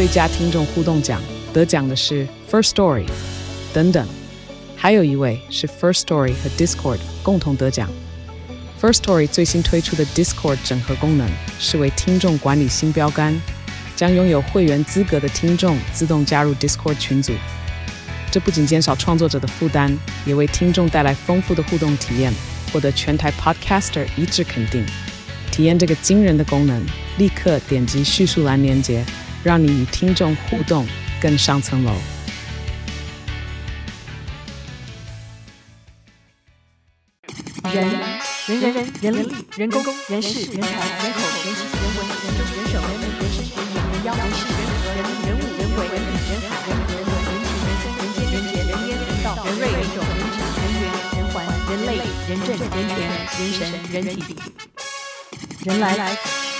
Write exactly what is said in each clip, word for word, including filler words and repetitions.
最佳听众互动奖，得奖的是 First Story 等等。还有一位是 First Story 和 Discord 共同得奖。First Story 最新推出的 Discord 整合功能是为听众管理新标杆，将拥有会员资格的听众自动加入 Discord 群组。这不仅减少创作者的负担，也为听众带来丰富的互动体验，获得全台 Podcaster 一致肯定。体验这个惊人的功能，立刻点击叙述栏连结，让你与听众互动更上层楼。 人人人人人力人工人事人才人口人情人文人政人手人民人事人言人妖人事人和人人物人为人理人海人和人伦人情人色人间人杰人烟人道人瑞人种人质人缘人环人类人政人权人神人体人来来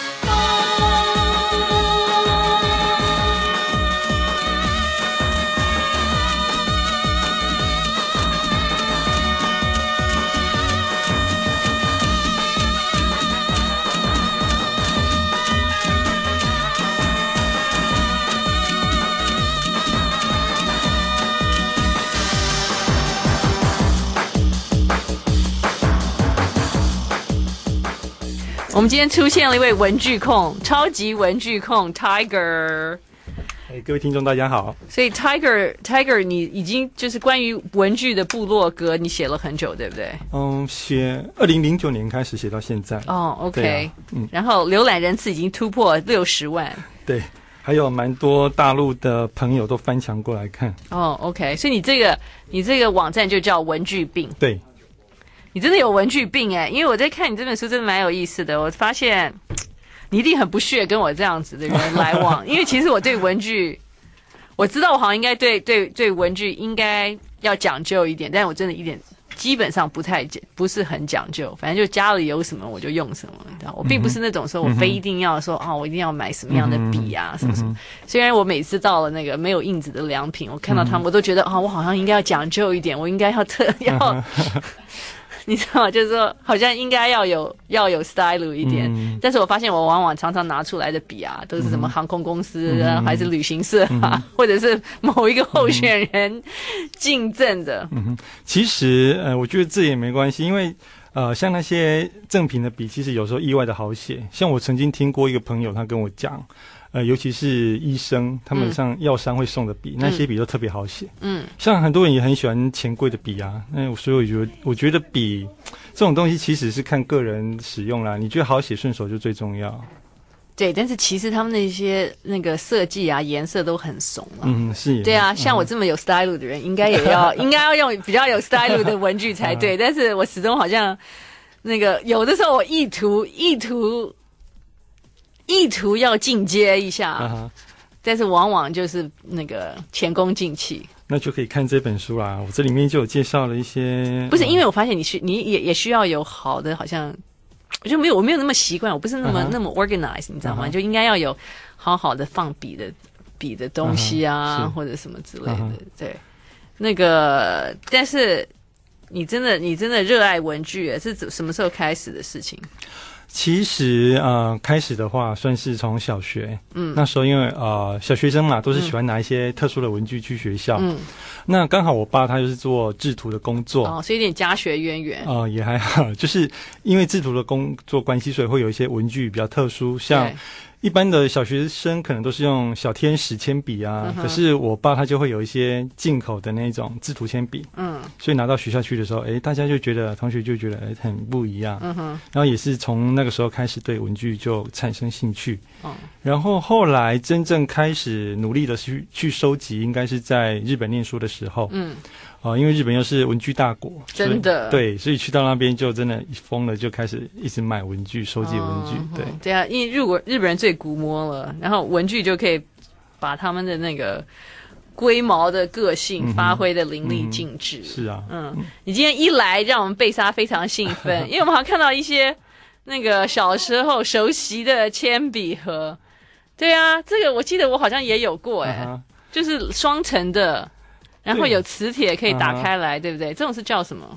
我们今天出现了一位文具控，超级文具控 Tiger。 Hey, 各位听众大家好。 所以 Tiger Tiger 你已经就是关于文具的部落格你写了很久对不对？ 嗯，写二零零九年开始写到现在。 哦、oh, OK、啊嗯、 然后浏览人次已经突破六十万。 对，还有蛮多大陆的朋友都翻墙过来看。 哦、oh, OK， 所以你这个你这个网站就叫文具病。 对， 你真的有文具病哎！因为我在看你这本书，真的蛮有意思的。我发现你一定很不屑跟我这样子的人来往，因为其实我对文具，我知道我好像应该对对对文具应该要讲究一点，但我真的一点基本上不太不是很讲究，反正就家里有什么我就用什么。我并不是那种说我非一定要说、嗯、哦，我一定要买什么样的笔啊、嗯、什么什么。虽然我每次到了那个没有印子的良品，我看到他们、嗯、我都觉得啊、哦，我好像应该要讲究一点，我应该要特要。你知道吗？就是说，好像应该要有要有 style 一点、嗯，但是我发现我往往常常拿出来的笔啊，都是什么航空公司啊，嗯、还是旅行社啊、嗯，或者是某一个候选人竞争的。 嗯，其实呃，我觉得这也没关系，因为呃，像那些正品的笔，其实有时候意外的好写。像我曾经听过一个朋友，他跟我讲。呃，尤其是医生，他们上药商会送的笔、嗯，那些笔都特别好写。嗯，像很多人也很喜欢钱柜的笔啊。那所以我觉得，我觉得笔这种东西其实是看个人使用啦。你觉得好写顺手就最重要。 对，但是其实他们那些那个设计啊、颜色都很怂了。 嗯，是。 对啊，像我这么有 style 的人，应该也要应该要用比较有 style 的文具才对。但是我始终好像那个有的时候我意图意图。意图要进阶一下、uh-huh. 但是往往就是那个前功尽弃。 那就可以看这本书啦，我这里面就有介绍了一些。 不是，因为我发现你需你也也需要有好的，好像我就没有我没有那么习惯，我不是那么、uh-huh. 那么 organized， 你知道吗？ Uh-huh. 就应该要有好好的放笔的笔的东西啊， uh-huh. 或者什么之类的。Uh-huh. 对，那个但是你真的你真的热爱文具，是什么时候开始的事情？ 其实呃，开始的话算是从小学，嗯，那时候因为呃小学生嘛，都是喜欢拿一些特殊的文具去学校，嗯，那刚好我爸他就是做制图的工作， 哦，所以有点家学渊源， 呃，也还好，就是因为制图的工作关系，所以会有一些文具比较特殊，像。一般的小学生可能都是用小天使铅笔啊、嗯，可是我爸他就会有一些进口的那种制图铅笔，嗯，所以拿到学校去的时候，哎，大家就觉得同学就觉得哎很不一样，嗯哼，然后也是从那个时候开始对文具就产生兴趣，嗯，然后后来真正开始努力的去去收集，应该是在日本念书的时候，嗯。哦，因为日本又是文具大国， 真的对，所以去到那边就真的疯了，就开始一直买文具，收集文具，哦、对， 对啊，因为日国日本人最古摸了，然后文具就可以把他们的那个龟毛的个性发挥的淋漓尽致、嗯嗯。 是啊， 嗯，你今天一来，让我们贝莎非常兴奋，因为我们好像看到一些那个小时候熟悉的铅笔盒。对啊，这个我记得我好像也有过哎、欸，uh-huh. 就是双层的。然后有磁铁可以打开来， uh-huh. 对不对？这种是叫什么？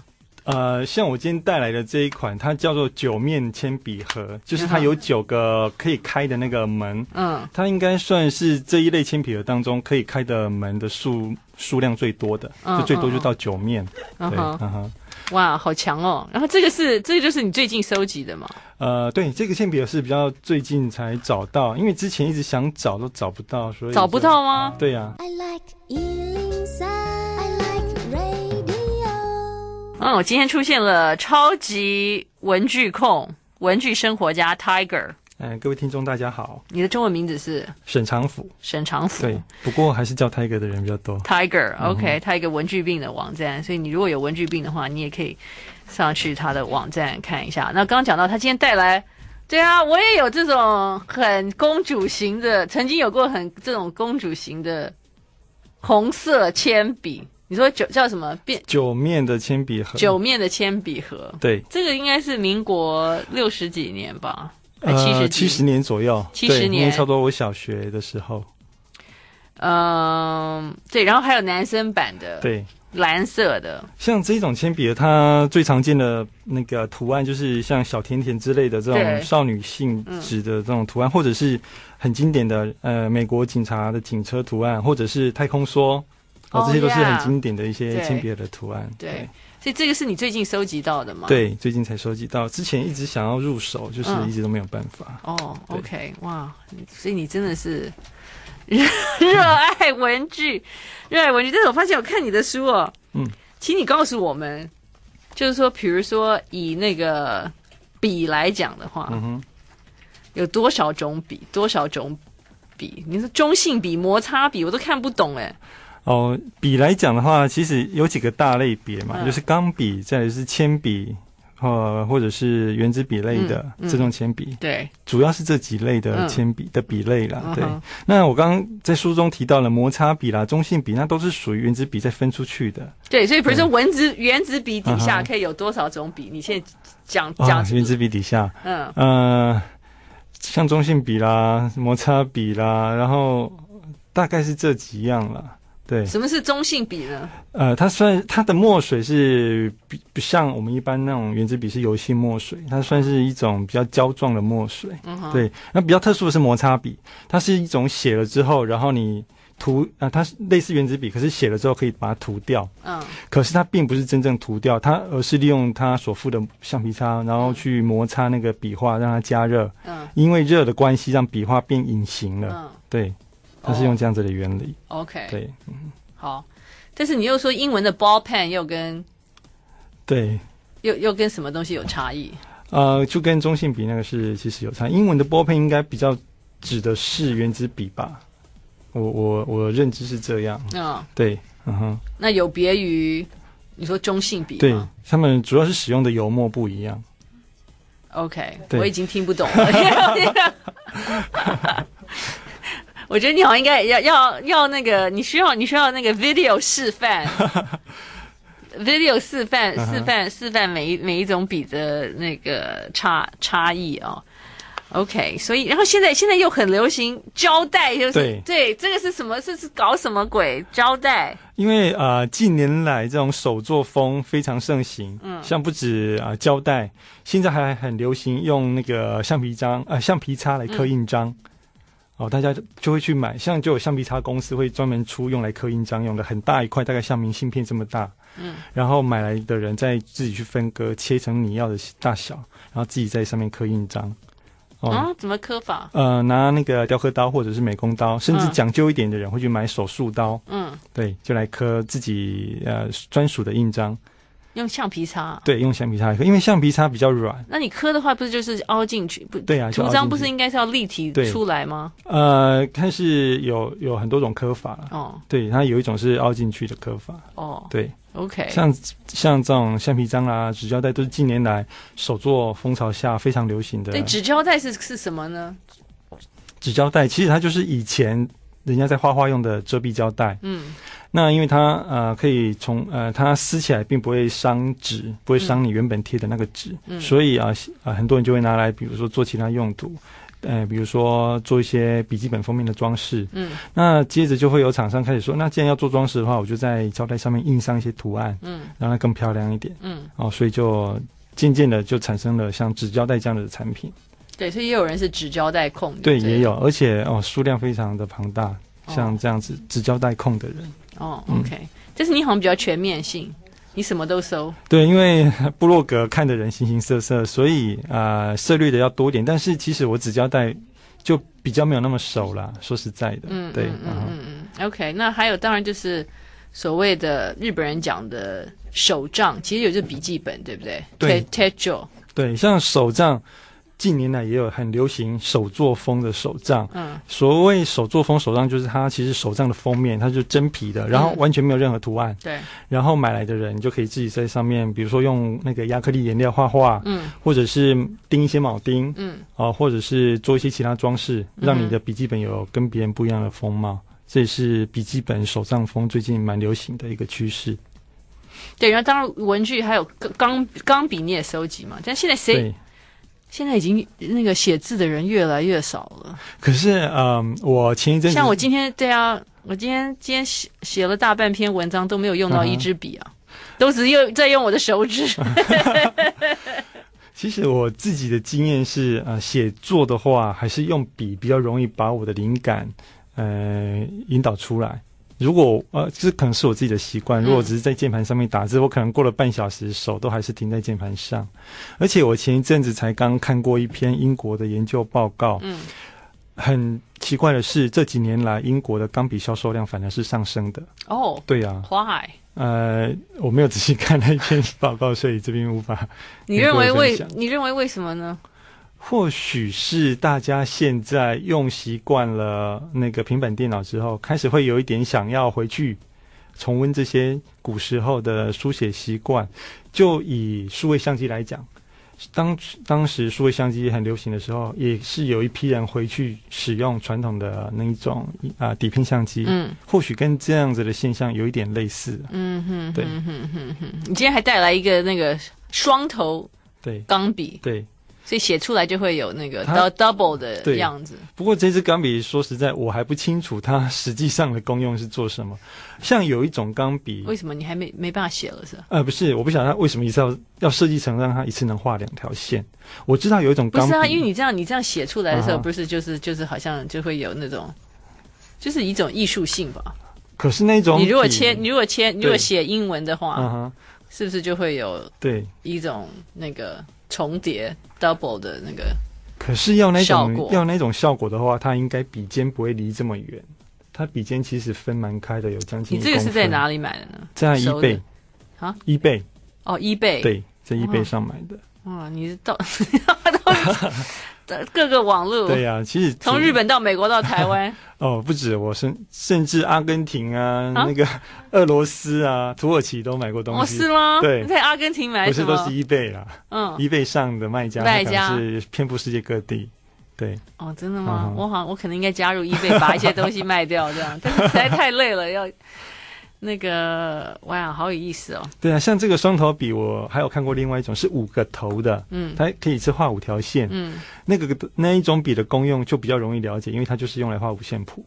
呃，像我今天带来的这一款，它叫做九面铅笔盒，就是它有九个可以开的那个门。嗯，它应该算是这一类铅笔盒当中可以开的门的数数量最多的，嗯、就最多就到九面。嗯、对，嗯哼。 哇，好强哦！然后这个是，这个就是你最近收集的吗？ 呃，对，这个铅笔盒是比较最近才找到，因为之前一直想找都找不到，所以找不到吗？ 对呀、啊。 嗯，我今天出现了超级文具控、文具生活家 Tiger。 嗯，各位听众大家好， 你的中文名字是沈长甫。 沈长甫， 对，不过还是叫 Tiger 的人比较多。 Tiger，OK，、okay, 他一个文具病的网站，所以你如果有文具病的话，你也可以上去他的网站看一下。那刚刚讲到他今天带来，对啊，我也有这种很公主型的，曾经有过很这种公主型的红色铅笔。你说九叫什么？变九面的铅笔盒。 九面的铅笔盒， 对， 这个应该是民国六十几年吧。 呃，七十年左右， 七十年， 差不多我小学的时候。 嗯、呃，对，然后还有男生版的， 对， 蓝色的。 像这种铅笔，它最常见的那个图案就是像小甜甜之类的这种少女性质的这种图案，或者是很经典的呃美国警察的警车图案，或者是太空梭，哦，这些都是很经典的一些铅笔的图案。 对。对，所以这个是你最近收集到的吗？ 对，最近才收集到，之前一直想要入手，就是一直都没有办法。 嗯、哦 ，OK， 哇，所以你真的是热爱文具，热爱文具。但是我发现我看你的书哦，嗯，请你告诉我们，就是说，比如说以那个笔来讲的话，嗯哼，有多少种笔，多少种笔？你说中性笔、摩擦笔，我都看不懂哎。 哦，笔来讲的话，其实有几个大类别嘛，嗯、就是钢笔，再来是铅笔，呃，或者是原子笔类的、嗯嗯、这种铅笔。对，主要是这几类的铅笔、嗯、的笔类啦。对，嗯、那我刚刚在书中提到了摩擦笔啦、中性笔，那都是属于原子笔再分出去的。 对，所以比如说文字原子笔底下可以有多少种笔？你现在讲讲、哦、 原子笔底下，嗯呃，像中性笔啦、摩擦笔啦，然后大概是这几样啦。对， 什么是中性笔呢？ 呃，它算它的墨水是比不像我们一般那种原子笔是油性墨水，它算是一种比较胶状的墨水。嗯，对。那比较特殊的是摩擦笔，它是一种写了之后，然后你涂啊、呃，它类似原子笔，可是写了之后可以把它涂掉。嗯。可是它并不是真正涂掉它，而是利用它所附的橡皮擦，然后去摩擦那个笔画，让它加热。嗯。因为热的关系，让笔画变隐形了。嗯。对。它是用这样子的原理。 Oh, OK， 对， 嗯，好。但是你又说英文的 ball pen 又跟对又又跟什么东西有差异？ 呃，就跟中性笔那个是其实有差异。英文的 ball pen 应该比较指的是原子笔吧？我我我认知是这样。嗯，对，嗯哼。 那有别于你说中性笔吗？ 对，他们主要是使用的油墨不一样。 OK， 我已经听不懂了。我觉得你好像应该要要要那个，你需要你需要那个 video 示范，video 示范示范示范每一每一种笔的那个差差异哦。OK， 所以然后现在现在又很流行胶带，就是对对，这个是什么？是是搞什么鬼胶带？ 因为啊、呃，近年来这种手作风非常盛行，嗯，像不止啊、呃、胶带，现在还很流行用那个橡皮章呃橡皮擦来刻印章。嗯哦，大家就会去买，像就有橡皮擦公司会专门出用来刻印章用的，很大一块，大概像明信片这么大。嗯，然后买来的人再自己去分割，切成你要的大小，然后自己在上面刻印章。 哦，啊、怎么刻法？ 呃，拿那个雕刻刀或者是美工刀，甚至讲究一点的人会去买手术刀。嗯，对，就来刻自己呃专属的印章。 用橡皮擦， 对，用橡皮擦刻，因为橡皮擦比较软。 那你刻的话，不是就是凹进去？不， 对啊， 图章不是应该是要立体出来吗？ 呃，看是有有很多种刻法哦。对，它有一种是凹进去的刻法。哦，对 ，OK。 像像这种橡皮章啊、纸胶带，都是近年来手作风潮下非常流行的。 对，纸胶带是是什么呢？ 纸胶带其实它就是以前人家在画画用的遮蔽胶带。嗯。那因为它呃可以从呃它撕起来并不会伤纸，不会伤你原本贴的那个纸，嗯、所以啊啊、呃、很多人就会拿来，比如说做其他用途， 呃，比如说做一些笔记本封面的装饰，嗯，那接着就会有厂商开始说，那既然要做装饰的话，我就在胶带上面印上一些图案，嗯，让它更漂亮一点，嗯，哦，所以就渐渐的就产生了像纸胶带这样的产品。 对，所以也有人是纸胶带控， 对，也有，而且哦数量非常的庞大，像这样子纸胶带控的人。 哦 ，OK，嗯，但是你好像比较全面性。你什么都搜， 对，因为部落格看的人形形色色，所以呃涉猎的要多一点。但是其实我纸胶带就比较没有那么熟啦，说实在的，嗯，对， 嗯嗯嗯嗯 ，OK。那还有当然就是所谓的日本人讲的手账，其实有就是笔记本，对不对？ 对 ，Tejo， 对，像手账。近年来也有很流行手作风的手账，嗯，所谓手作风手账就是它其实手账的封面它就是真皮的，然后完全没有任何图案，对，然后买来的人就可以自己在上面，比如说用那个亚克力颜料画画，嗯，或者是钉一些铆钉，嗯，啊，或者是做一些其他装饰，让你的笔记本有跟别人不一样的风貌，这也是笔记本手账风最近蛮流行的一个趋势。 对，然后当然文具还有钢钢笔你也收集嘛，但现在谁？现在已经那个写字的人越来越少了。 可是，嗯，我前一阵子像我今天，对啊，我今天今天写写了大半篇文章都没有用到一支笔啊，嗯、都只用在用我的手指。 其实我自己的经验是，呃，写作的话还是用笔比较容易把我的灵感，呃，引导出来。如果呃，这可能是我自己的习惯。如果只是在键盘上面打字，嗯、我可能过了半小时，手都还是停在键盘上。而且我前一阵子才刚看过一篇英国的研究报告，嗯，很奇怪的是，这几年来英国的钢笔销售量反而是上升的。哦，对啊 ，Why？ 呃，我没有仔细看那篇报告，所以这边无法。 你认为为你认为为什么呢？ 或许是大家现在用习惯了那个平板电脑之后，开始会有一点想要回去重温这些古时候的书写习惯。就以数位相机来讲，当当时数位相机很流行的时候，也是有一批人回去使用传统的那一种啊、呃、底片相机。嗯，或许跟这样子的现象有一点类似。嗯哼，对。嗯哼哼哼，你今天还带来一个那个双头对钢笔， 对。 所以写出来就会有那个 double 的样子。 不过这支钢笔说实在我还不清楚它实际上的功用是做什么。像有一种钢笔， 为什么你还没没办法写了是吧？ 呃，不是，我不晓得它为什么一次要要设计成让它一次能画两条线。我知道有一种钢笔， 不是啊，因为你这样你这样写出来的时候，不是就是就是好像就会有那种，就是一种艺术性吧。 可是那种你如果切你如果切你如果写英文的话，嗯、是不是就会有对一种那个重叠 double 的那个？ 可是要那种要那种效果的话，它应该笔尖不会离这么远。它笔尖其实分蛮开的，有将近。 你这个是在哪里买的呢？ 在 eBay 啊 ，eBay 哦 ，eBay 对，在 eBay 上买的。 哇，你是到都各个网络对呀、啊，其实从日本到美国到台湾哦，不止我甚甚至阿根廷啊，啊那个俄罗斯啊，土耳其都买过东西。 哦，是吗？ 对， 你在阿根廷买什么？ 不是，都是 eBay 啦。嗯 ，eBay 上的卖家，卖家是遍布世界各地。对。 哦，真的吗？嗯、我好像我可能应该加入 eBay， 把一些东西卖掉，这样，但是实在太累了，要。那个哇，好有意思哦！ 对啊，像这个双头笔，我还有看过另外一种是五个头的，嗯，它可以是画五条线，嗯，那个那一种笔的功用就比较容易了解，因为它就是用来画五线谱。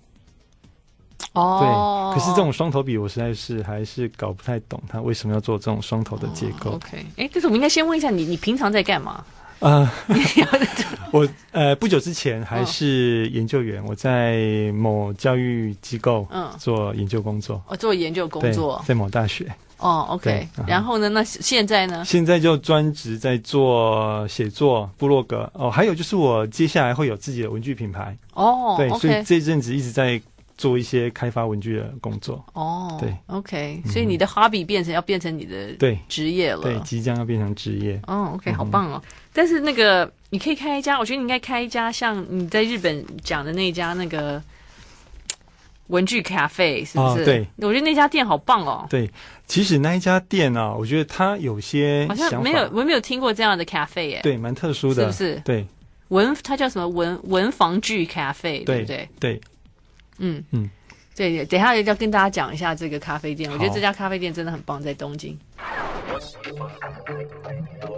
哦，对，可是这种双头笔我实在是还是搞不太懂，它为什么要做这种双头的结构。 哦、OK， 哎，但是我们应该先问一下你，你平常在干嘛？ 呃，我呃不久之前还是研究员，哦、我在某教育机构嗯做研究工作， 哦，做研究工作， 在某大学。 哦 ，OK， 然后呢？那现在呢？ 现在就专职在做写作、部落格哦，还有就是我接下来会有自己的文具品牌哦，对， okay 所以这阵子一直在做一些开发文具的工作。哦，对 ，OK， 所以你的 hobby 变成要变成你的对职业了， 对，即将要变成职业。 哦 ，OK， 好棒哦！嗯、但是那个你可以开一家，我觉得你应该开一家像你在日本讲的那家那个文具咖啡，是不是？哦、对，我觉得那家店好棒哦。 对，其实那一家店啊，我觉得它有些好像没有，我没有听过这样的咖啡耶。 对，蛮特殊的， 是不是？ 对， 文它叫什么文文房具咖啡，对不对？ 对。 嗯嗯，对，等一下要跟大家讲一下这个咖啡店。我觉得这家咖啡店真的很棒，在东京。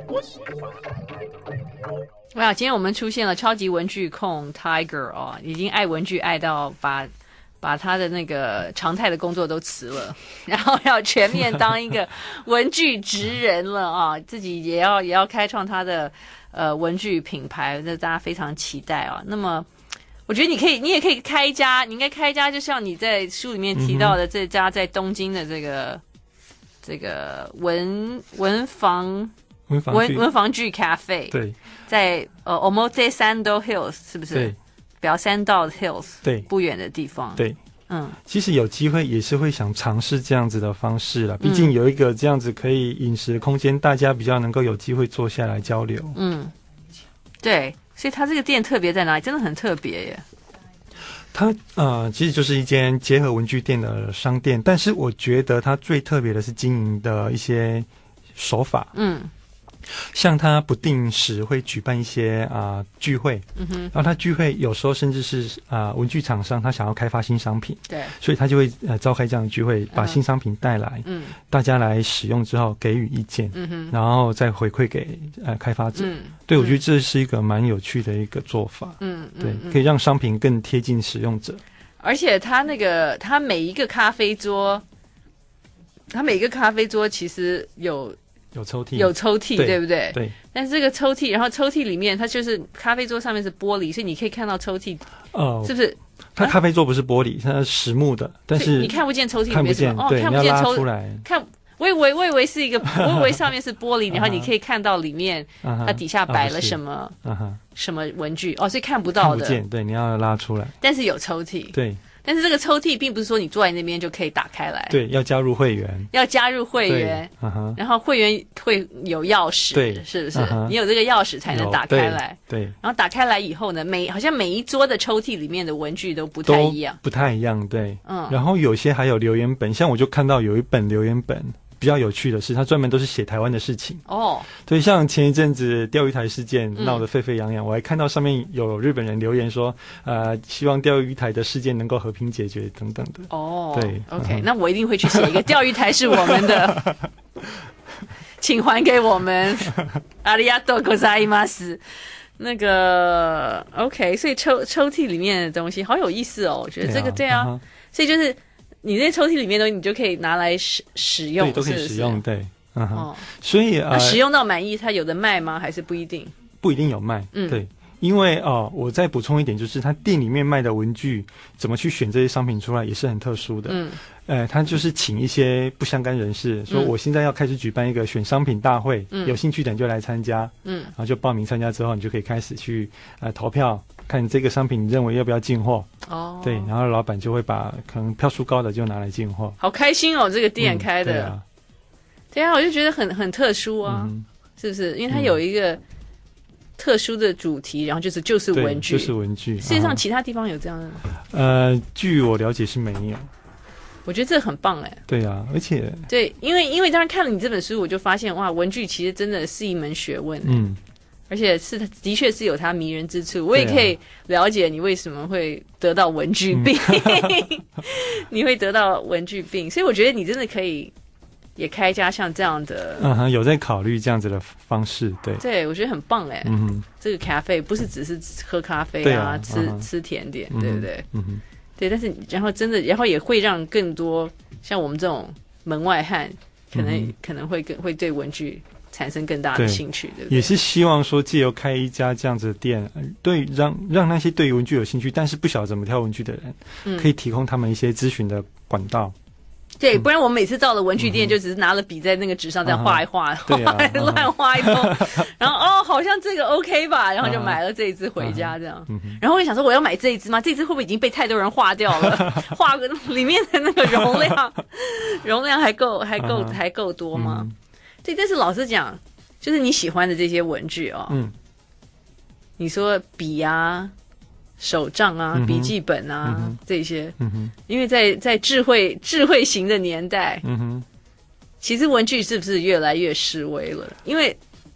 哇，今天我们出现了超级文具控 Tiger 哦，已经爱文具爱到把把他的那个常态的工作都辞了，然后要全面当一个文具职人了啊，自己也要也要开创他的呃文具品牌，这大家非常期待啊。那么我觉得你可以，你也可以开一家，你应该开一家，就像你在书里面提到的这家在东京的这个、嗯、这个文文房文房文文房具咖啡， 对， 在呃 Omote Sando Hills 是不是？ 对。 表参道 Hills 对不远的地方， 对， 嗯， 其实有机会也是会想尝试这样子的方式啦，毕竟有一个这样子可以饮食的空间，大家比较能够有机会坐下来交流。 嗯，对，所以它这个店特别在哪里？真的很特别耶。 它呃，其实就是一间结合文具店的商店，但是我觉得它最特别的是经营的一些手法。嗯。像他不定时会举办一些啊、呃、聚会，嗯哼，然后他聚会有时候甚至是啊、呃、文具厂商他想要开发新商品，对，所以他就会呃召开这样的聚会，把新商品带来，嗯，大家来使用之后给予意见，嗯哼，然后再回馈给呃开发者，嗯，对，我觉得这是一个蛮有趣的一个做法，嗯，对，嗯、可以让商品更贴近使用者， 而且他那个他每一个咖啡桌，他每一个咖啡桌其实有。 有抽屉， 有抽屉， 对, 对不对？ 对。 但是这个抽屉，然后抽屉里面，它就是咖啡桌上面是玻璃，所以你可以看到抽屉，哦，是不是？ 它咖啡桌不是玻璃，它是实木的，但是你看不见抽屉里面看不见， 哦， 对， 看不见抽出来。 看，我以为我以为是一个，我以为上面是玻璃，然后你可以看到里面它底下摆了什么，啊、什么文具哦，所以看不到的， 看不见，对，你要拉出来。 但是有抽屉， 对。 但是这个抽屉并不是说你坐在那边就可以打开来， 对，要加入会员， 要加入会员，uh-huh, 然后会员会有钥匙， 对， 是不是？ uh-huh, 你有这个钥匙才能打开来， 对。对， 然后打开来以后呢，每好像每一桌的抽屉里面的文具都不太一样， 不太一样，对，嗯。然后有些还有留言本，像我就看到有一本留言本。比较有趣的是，他专门都是写台湾的事情哦。对，像前一阵子钓鱼台事件闹得沸沸扬扬，嗯，我还看到上面有日本人留言说，呃，希望钓鱼台的事件能够和平解决等等的。哦，对 ，OK，嗯，那我一定会去写一个钓鱼台是我们的，请还给我们。ありがとうございます。那个 OK， 所以抽抽屉里面的东西好有意思哦，我觉得这个对啊，对啊，所以就是。你那抽屉里面的东西，你就可以拿来使使用， 对，都可以使用，是是对，嗯哼， 哦， 所以呃，使用到满意，它有的卖吗？还是不一定？ 不一定有卖，嗯，对，因为哦，我再补充一点，就是它店里面卖的文具，怎么去选这些商品出来，也是很特殊的，嗯，呃，他就是请一些不相干人士，说我现在要开始举办一个选商品大会，嗯，有兴趣的人就来参加，嗯，然后就报名参加之后，你就可以开始去呃投票。看这个商品你认为要不要进货哦，对，然后老板就会把可能票数高的就拿来进货。 好开心哦，这个店开的，嗯，对啊，对啊，我就觉得很很特殊啊，嗯，是不是？因为它有一个特殊的主题，然后就是就是文具， 就是文具。 世界上其他地方有这样的？ 呃，据我了解是没有。 我觉得这很棒哎。 对啊，而且对，因为因为当时看了你这本书，我就发现哇，文具其实真的是一门学问。嗯。而且是的确是有它迷人之处，我也可以了解你为什么会得到文具病，嗯，你会得到文具病，所以我觉得你真的可以也开一家像这样的， 嗯哼，有在考虑这样子的方式，对， 对我觉得很棒哎，嗯哼，这个咖啡不是只是喝咖啡啊，啊吃，嗯，吃甜点，嗯，对不对？嗯哼，对，但是然后真的，然后也会让更多像我们这种门外汉，可能，嗯，可能会更会对文具产生更大的兴趣， 对, 对不对？ 也是希望说借由开一家这样子的店，对，让让那些对于文具有兴趣但是不晓得怎么挑文具的人，嗯，可以提供他们一些咨询的管道。 对，不然我们每次到了文具店，就只是拿了笔在那个纸上再画一画，嗯，画乱画一通，然后哦，好像这个 OK 吧，然后就买了这一支回家这样。嗯，然后我就想说，我要买这一支吗？这一支会不会已经被太多人画掉了？画个里面的那个容量，容量还够，还够，还够多吗？嗯，对，但是老实讲，就是你喜欢的这些文具哦，嗯，你说笔啊、手账啊、嗯、笔记本啊，嗯、这些，嗯哼，因为在在智慧智慧型的年代，嗯哼，其实文具是不是越来越式微了？因为，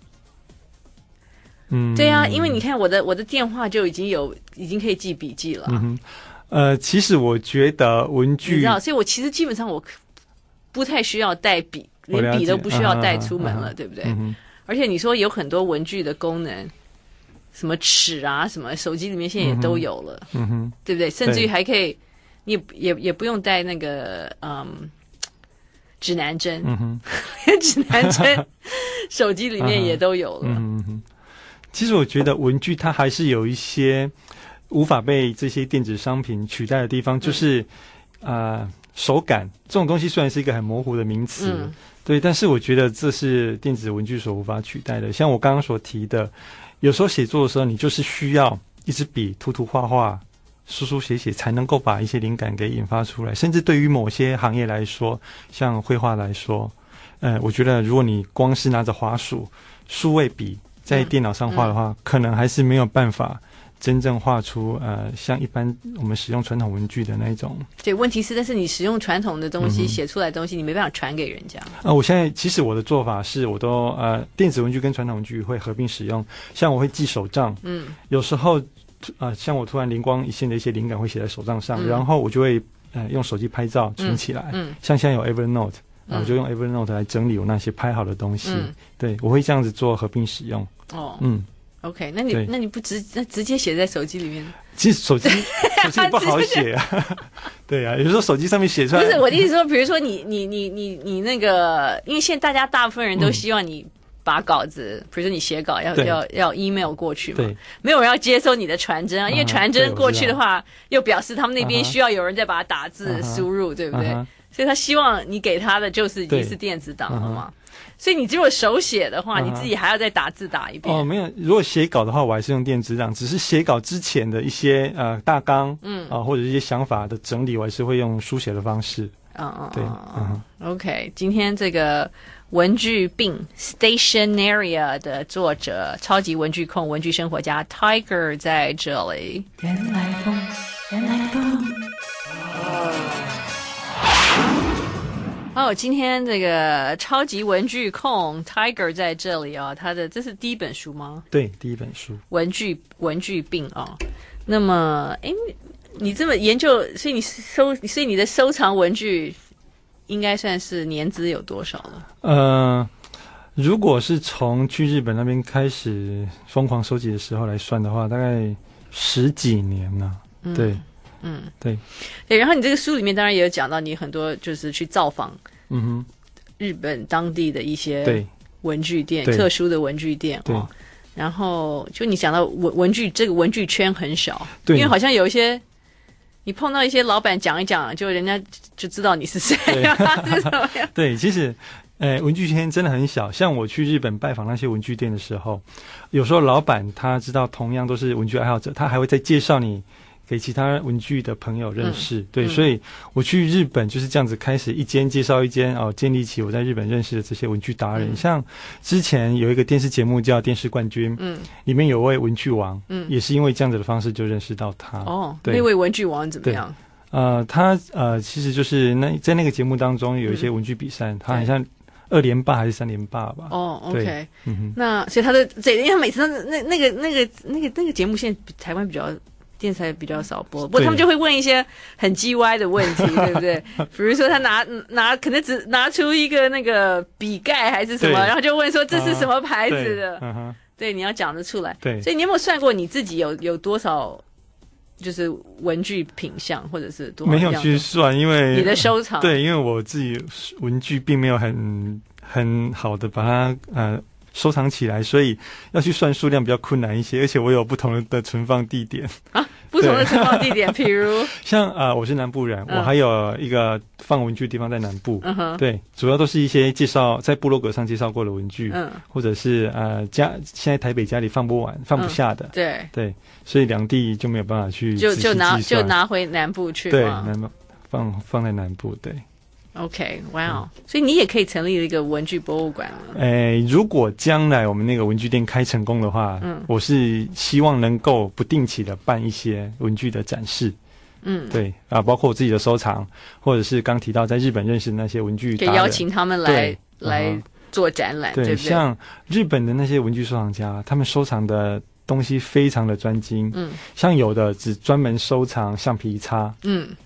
嗯，对啊，因为你看我的我的电话就已经有已经可以记笔记了，嗯哼， 呃，其实我觉得文具， 你知道，所以我其实基本上我不太需要带笔。连笔都不需要带出门了，啊啊啊，对不对？嗯，而而且你说有很多文具的功能，什么尺啊，什么手机里面现在也都有了， 嗯哼， 对不对？甚至于还可以，你也也也不用带那个嗯指南针， 嗯哼， 指南针手机里面也都有了。 嗯哼，其实我觉得文具它还是有一些无法被这些电子商品取代的地方，就是啊、嗯呃、手感这种东西虽然是一个很模糊的名词。嗯，对，但是我觉得这是电子文具所无法取代的。像我刚刚所提的，有时候写作的时候，你就是需要一支笔涂涂画画、书书写写，才能够把一些灵感给引发出来。甚至对于某些行业来说，像绘画来说，呃，我觉得如果你光是拿着滑鼠、数位笔在电脑上画的话，嗯嗯、可能还是没有办法真正画出呃像一般我们使用传统文具的那一种。 对，问题是，但是你使用传统的东西、嗯、写出来的东西，你没办法传给人家。啊、 呃，我现在其实我的做法是，我都呃电子文具跟传统文具会合并使用。像我会记手账，嗯，有时候呃像我突然灵光一现的一些灵感会写在手账上，嗯、然后我就会呃用手机拍照存起来。嗯，嗯像现在有 Evernote， 然后我就用 Evernote 来整理我那些拍好的东西。嗯、对，我会这样子做合并使用。 哦，嗯。OK， 那你那你不直那直接写在手机里面？ 其实手机手机也不好写啊，对啊，有时候手机上面写出来。 不是我的意思说，比如说你你你你你那个，因为现在大家大部分人都希望你把稿子，嗯、比如说你写稿要要要 email 过去嘛，对，没有人要接收你的传真啊，因为传真过去的话，又表示他们那边需要有人再把它打字输入，对不对？所以他希望你给他的就是已经是电子档了嘛。所以你如果手写的话，你自己还要再打字打一遍。 哦，没有，如果写稿的话，我还是用电子档，只是写稿之前的一些呃大纲，嗯啊、呃、或者一些想法的整理，我还是会用书写的方式。 嗯嗯，对，嗯 ，OK， 今天这个文具病 Stationeria 的作者，超级文具控、文具生活家 Tiger 在这里。原来风，原来风。哦，今天这个超级文具控 Tiger 在这里哦，他的这是第一本书吗？ 对，第一本书。 文具文具病哦。那么，哎，你这么研究，所以你收，所以你的收藏文具应该算是年资有多少了？ 呃，如果是从去日本那边开始疯狂收集的时候来算的话，大概十几年了。嗯、对。 嗯， 对， 对，然后你这个书里面当然也有讲到你很多就是去造访，嗯哼，日本当地的一些文具店，特殊的文具店哦。然后就你讲到文文具这个文具圈很小，对，因为好像有一些你碰到一些老板讲一讲，就人家就知道你是谁啊，是怎么样？ 对，其实。呃，文具圈真的很小。像我去日本拜访那些文具店的时候，有时候老板他知道同样都是文具爱好者，他还会再介绍你给其他文具的朋友认识。嗯、对、嗯，所以我去日本就是这样子开始一间介绍一间哦，建立起我在日本认识的这些文具达人。嗯、像之前有一个电视节目叫《电视冠军》，嗯，里面有位文具王，嗯，也是因为这样子的方式就认识到他。 哦，那位文具王怎么样？ 呃，他呃，其实就是那在那个节目当中有一些文具比赛，嗯、他好像。二连霸还是三连霸吧？ 哦、oh, ，OK， 嗯哼，那所以他的这，因为他每次那那个那个那个那个节目，现在台湾比较电视台比较少播，不过他们就会问一些很鸡歪的问题，对不对？比如说他拿拿可能只拿出一个那个笔盖还是什么，然后就问说这是什么牌子的？对，uh-huh. 对，你要讲得出来。对，所以你有没有算过你自己有有多少？就是文具品项，或者是多少没有去算，因为你的收藏对，因为我自己文具并没有很很好的把它呃收藏起来，所以要去算数量比较困难一些，而且我有不同的存放地点啊，不同的存放地点，譬如像啊、呃，我是南部人、嗯，我还有一个放文具的地方在南部，嗯哼，对，主要都是一些介绍在部落格上介绍过的文具，嗯，或者是呃家现在台北家里放不完、放不下的，嗯、对对。所以两地就没有办法去就就拿就拿回南部去， 对，南部放放在南部，对。 OK， 哇、wow 嗯，所以你也可以成立一个文具博物馆了。 诶，如果将来我们那个文具店开成功的话，嗯，我是希望能够不定期的办一些文具的展示，嗯，对啊，包括我自己的收藏，或者是刚提到在日本认识的那些文具达人， 可以邀请他们来来做展览，对，对不对？ 像日本的那些文具收藏家，他们收藏的东西非常的专精，嗯，像有的只专门收藏橡皮擦，嗯，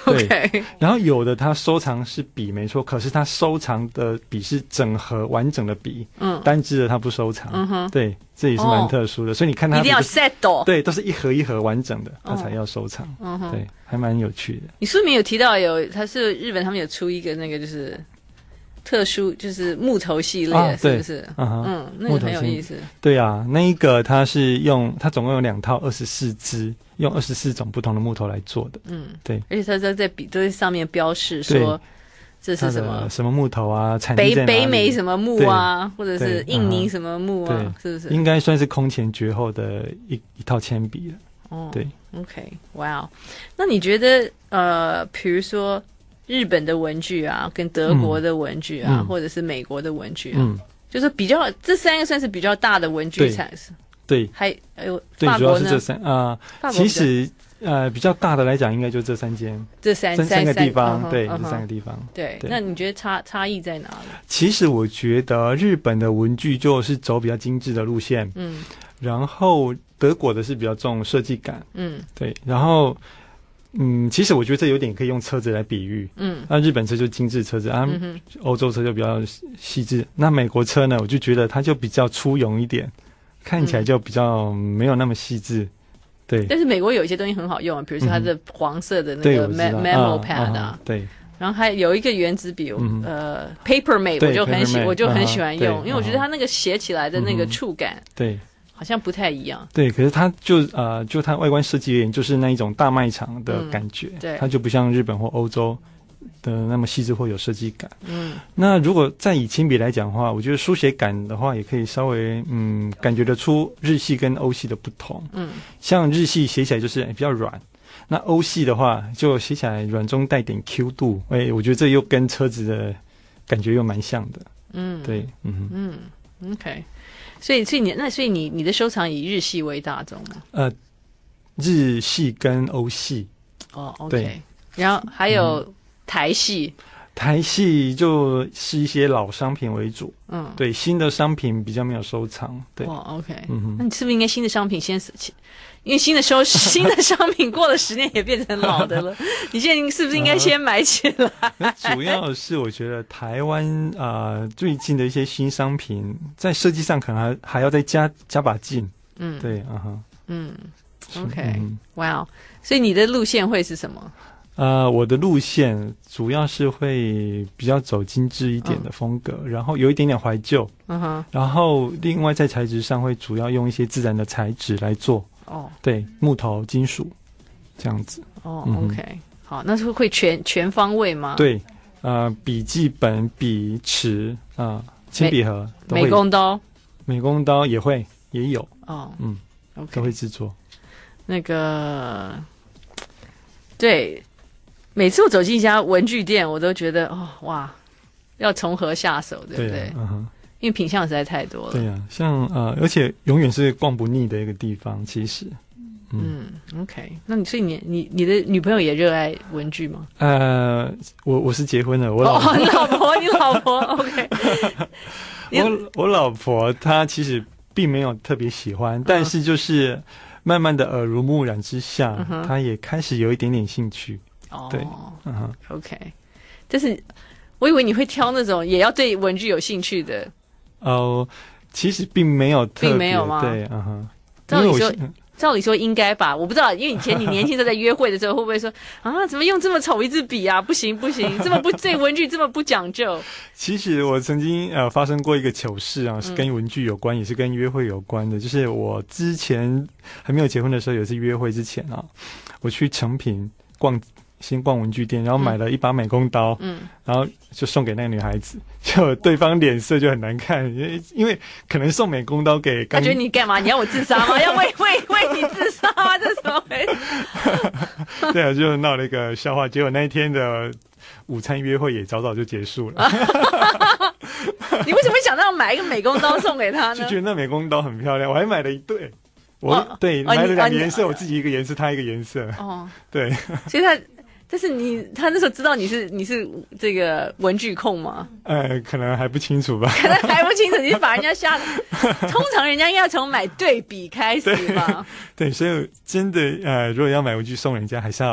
OK， 然后有的他收藏是笔没错，可是他收藏的笔是整盒完整的笔，嗯，单支的他不收藏，嗯哼，对，这也是蛮特殊的，哦、所以你看他、就是、 一定要 set 哦， 对，都是一盒一盒完整的，他才要收藏，嗯哼，对，还蛮有趣的。 你书里面有提到有，他是日本他们有出一个那个就是特殊就是木头系列，啊、是不是？嗯嗯，那个很有意思。 对啊，那一个它是用它总共有两套二十四支，用二十四种不同的木头来做的。嗯，对。 而且它都在笔都在上面标示说这是什么什么木头啊，产地在哪里， 北北美什么木啊，或者是印尼什么木啊，嗯、是不是？ 应该算是空前绝后的一一套铅笔了。哦，对。 OK， 哇、wow ，那你觉得呃，比如说？日本的文具啊，跟德国的文具啊，嗯、或者是美国的文具啊，嗯、就是比较这三个算是比较大的文具产生。 对， 还有法国呢？ 主要是这三啊、呃，其实呃比较大的来讲，应该就这三间， 这三三三个地方， 三对， 嗯、 这三个地方。 对，对那你觉得差差异在哪里？ 其实我觉得日本的文具就是走比较精致的路线，嗯，然后德国的是比较重设计感，嗯，对，然后。嗯，其实我觉得这有点可以用车子来比喻。嗯，那日本车就精致车子啊，嗯、欧洲车就比较细致。那美国车呢，我就觉得它就比较粗勇一点，看起来就比较没有那么细致。对。 但是美国有一些东西很好用，比如说它的黄色的那个 memo pad 啊， 对。 然后还有一个原子笔，嗯、呃 ，Papermate 我就很喜，我就很喜欢用，因为我觉得它那个写起来的那个触感， 对。 好像不太一样， 对，可是它就呃，就它外观设计而言，就是那一种大卖场的感觉，嗯、对，它就不像日本或欧洲的那么细致或有设计感。嗯，那如果再以铅笔来讲的话，我觉得书写感的话，也可以稍微嗯感觉得出日系跟欧系的不同。嗯，像日系写起来就是、欸、比较软，那欧系的话就写起来软中带点 Q 度，哎、欸，我觉得这又跟车子的感觉又蛮像的。嗯，对，嗯嗯 ，OK。所以，所以你那，所以你你的收藏以日系为大宗吗？ 呃，日系跟欧系。 哦 ，OK。然后还有台系。嗯、 台系就是一些老商品为主。嗯，对，新的商品比较没有收藏。对。 哦 ，OK。嗯哼，那你是不是应该新的商品先死？因为新的收新的商品过了十年也变成老的了，你现在是不是应该先买起来？ 呃、主要是我觉得台湾啊、呃、最近的一些新商品在设计上可能还还要再加加把劲。嗯，对，啊哈， 嗯 ，OK， 哇、wow ，所以你的路线会是什么？ 呃，我的路线主要是会比较走精致一点的风格，嗯、然后有一点点怀旧。嗯哼，然后另外在材质上会主要用一些自然的材质来做。哦，对，木头、金属这样子。 哦、嗯、，OK， 好，那是会全全方位吗？ 对，呃，笔记本、笔尺啊，铅、呃、笔盒都会， 美工刀， 美工刀也会也有。哦，嗯 ，OK， 都会制作。 那个，对，每次我走进一家文具店，我都觉得哦，哇，要从何下手，对不对？对啊，嗯哼。因为品相实在太多了。 对啊，像呃，而且永远是逛不腻的一个地方。其实， 嗯, 嗯 ，OK， 那你所以你你你的女朋友也热爱文具吗？ 呃，我我是结婚了，我老婆， 哦、你老婆，你老婆 ，OK 我我老婆她其实并没有特别喜欢，嗯、但是就是慢慢的耳濡目染之下，嗯、她也开始有一点点兴趣。哦，对，嗯哼 ，OK， 但是我以为你会挑那种也要对文具有兴趣的。 哦，其实并没有特别， 并没有吗？ 对，嗯哼。 照理说，照理说应该吧，我不知道，因为以前你年轻时候在约会的时候，会不会说啊，怎么用这么丑一支笔啊？不行不行，这么不对文具这么不讲究。 其实我曾经呃发生过一个糗事啊，是跟文具有关，嗯、也是跟约会有关的。就是我之前还没有结婚的时候，有一次约会之前啊，我去诚品逛。先逛文具店，然后买了一把美工刀，嗯，然后就送给那个女孩子，就对方脸色就很难看，因为因为可能送美工刀给他觉得你干嘛？你要我自杀吗？要为为为你自杀吗？这怎么回事？ 对啊，就闹了一个笑话，结果那一天的午餐约会也早早就结束了。 你为什么想到买一个美工刀送给他呢？ 就觉得那美工刀很漂亮，我还买了一对。我、哦、对、哦、买了两个颜色、哦，我自己一个颜色，他一个颜色。哦，对， 所以他。但是你，他那时候知道你是你是这个文具控吗？ 呃，可能还不清楚吧。 可能还不清楚，你把人家吓。通常人家应该从买对笔开始吧。 对，所以真的呃，如果要买文具送人家，还是要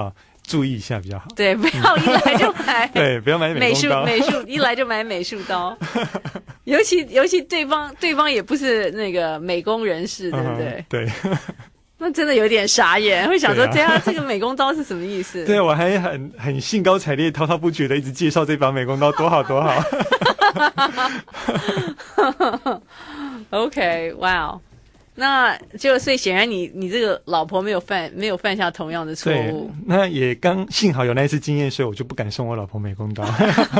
注意一下比较好。 对，不要一来就买。 对，不要买美术美工刀。 美术一来就买美术刀，尤其尤其对方对方也不是那个美工人士，对不对？ 嗯、对。 那真的有点傻眼，会想说，对啊，这个美工刀是什么意思？ 对，我还很很兴高采烈、滔滔不绝的一直介绍这把美工刀多好多好。 OK， 哇、wow 那就所以显然你你这个老婆没有犯没有犯下同样的错误。 那也刚幸好有那一次经验，所以我就不敢送我老婆美工刀。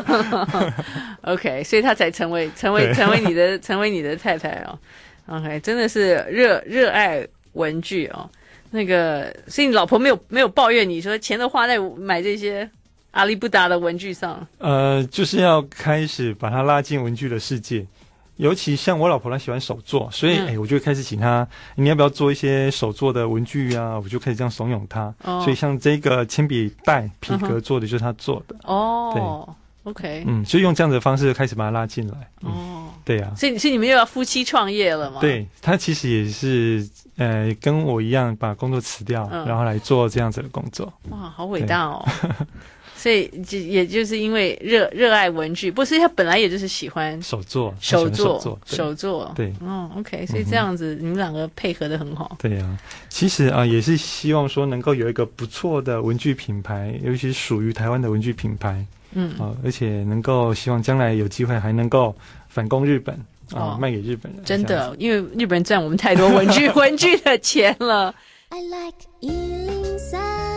OK， 所以她才成为成为成为你的成为你的太太哦。OK， 真的是热热爱文具哦。那个，所以你老婆没有没有抱怨你说钱都花在买这些阿里不达的文具上？ 呃，就是要开始把她拉进文具的世界。尤其像我老婆她喜欢手作，所以哎、嗯欸，我就开始请她，你要不要做一些手作的文具啊？我就开始这样怂恿她。哦、所以像这个铅笔袋皮革做的就是她做的。 哦，对 ，OK， 嗯，所以用这样的方式开始把她拉进来。嗯、哦，对啊。 所以，所以你们又要夫妻创业了吗？ 对，她其实也是呃跟我一样把工作辞掉，嗯、然后来做这样子的工作。 哇，好伟大哦！所以就也就是因为热热爱文具，不是他本来也就是喜欢手作， 手作， 手作，手作， 对， 哦 ，OK， 所以这样子、嗯、你们两个配合的很好。 对呀、啊，其实啊也是希望说能够有一个不错的文具品牌，尤其是属于台湾的文具品牌，嗯啊，而且能够希望将来有机会还能够反攻日本啊、哦，卖给日本人。 真的，因为日本人赚我们太多文具文具的钱了。I like 一零三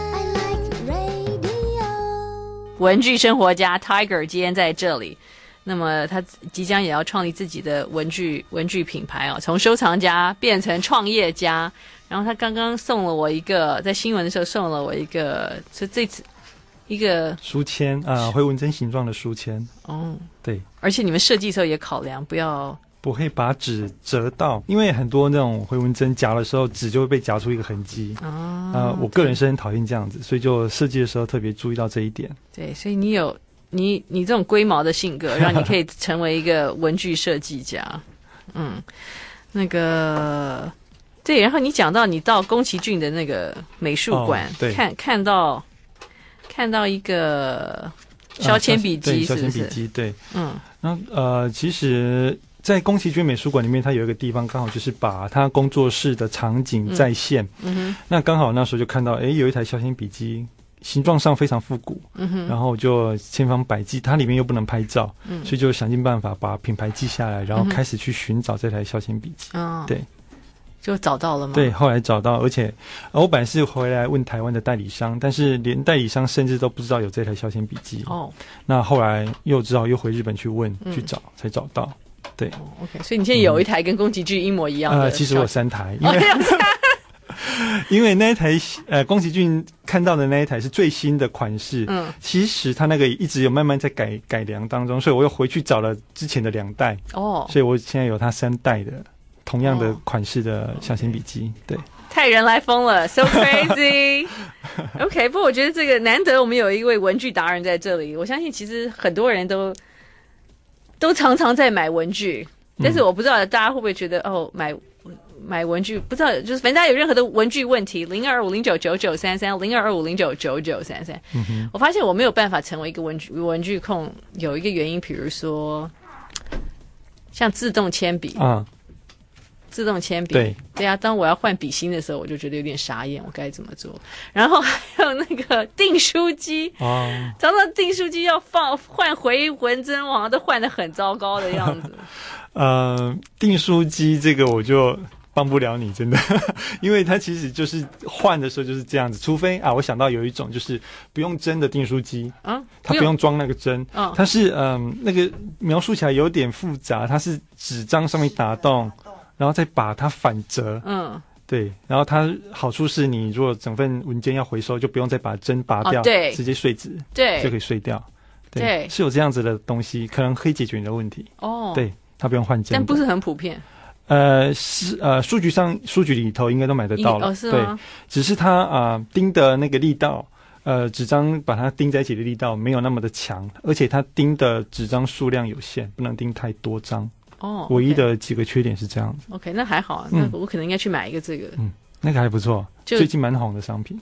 文具生活家 Tiger 今天在这里，那么他即将也要创立自己的文具文具品牌哦，从收藏家变成创业家。然后他刚刚送了我一个，在新闻的时候送了我一个，是这次一个书签啊，回纹针形状的书签。哦，对， 而且你们设计的时候也考量不要。 不会把纸折到，因为很多那种回纹针夹的时候，纸就会被夹出一个痕迹。哦，呃，我个人是很讨厌这样子，所以就设计的时候特别注意到这一点。 对，所以你有你你这种龟毛的性格，让你可以成为一个文具设计家。嗯，那个对，然后你讲到你到宫崎骏的那个美术馆，哦、看看到看到一个削铅笔机，是不是？ 削铅笔机，对，嗯，然后呃，其实。在宫崎骏美术馆里面，它有一个地方刚好就是把他工作室的场景再现。嗯嗯、那刚好那时候就看到，哎，有一台削铅笔机，形状上非常复古。嗯、然后就千方百计，它里面又不能拍照，嗯、所以就想尽办法把品牌记下来，然后开始去寻找这台削铅笔机。嗯、对， 就找到了吗？ 对，后来找到，而且我本来是回来问台湾的代理商，但是连代理商甚至都不知道有这台削铅笔机。哦，那后来又只好又回日本去问、嗯、去找，才找到。对、哦、 ，OK， 所以你现在有一台跟宫崎骏一模一样的、嗯？ 呃，其实我有三台，因为、哦、因为那一台呃宫崎骏看到的那一台是最新的款式，嗯，其实他那个一直有慢慢在改改良当中，所以我又回去找了之前的两代，哦，所以我现在有他三代的同样的款式的削铅笔机，对。 太人来疯了 ，so crazy 。OK， 不过我觉得这个难得我们有一位文具达人在这里，我相信其实很多人都。都常常在买文具，但是我不知道大家会不会觉得、嗯、哦，买买文具不知道，就是反正大家有任何的文具问题，零二五零九九九三三，零二二五零九九九三三。我发现我没有办法成为一个文具文具控，有一个原因，比如说像自动铅笔啊。自动铅笔， 对对啊，当我要换笔芯的时候，我就觉得有点傻眼，我该怎么做？然后还有那个订书机，哦，常常订书机要放换回纹针，我好像都换得很糟糕的样子。 呃，订书机这个我就帮不了你，真的，因为它其实就是换的时候就是这样子，除非啊，我想到有一种就是不用针的订书机，啊，它不用装那个针，哦、它是嗯、呃、那个描述起来有点复杂，它是纸张上面打洞。然后再把它反折，嗯，对，然后它好处是你如果整份文件要回收，就不用再把针拔掉，哦、对，直接碎纸， 对， 就可以碎掉， 对，对是有这样子的东西，可能可以解决你的问题，哦，对，它不用换针， 但不是很普遍， 呃，是呃，书局上书局里头应该都买得到了， 哦，是吗？对，只是它啊、呃、钉的那个力道，呃，纸张把它钉在一起的力道没有那么的强，而且它钉的纸张数量有限，不能钉太多张。哦， okay. 唯一的几个缺点是这样子。 OK， 那还好啊，那我可能应该去买一个这个。 嗯，那个还不错，最近蛮红的商品。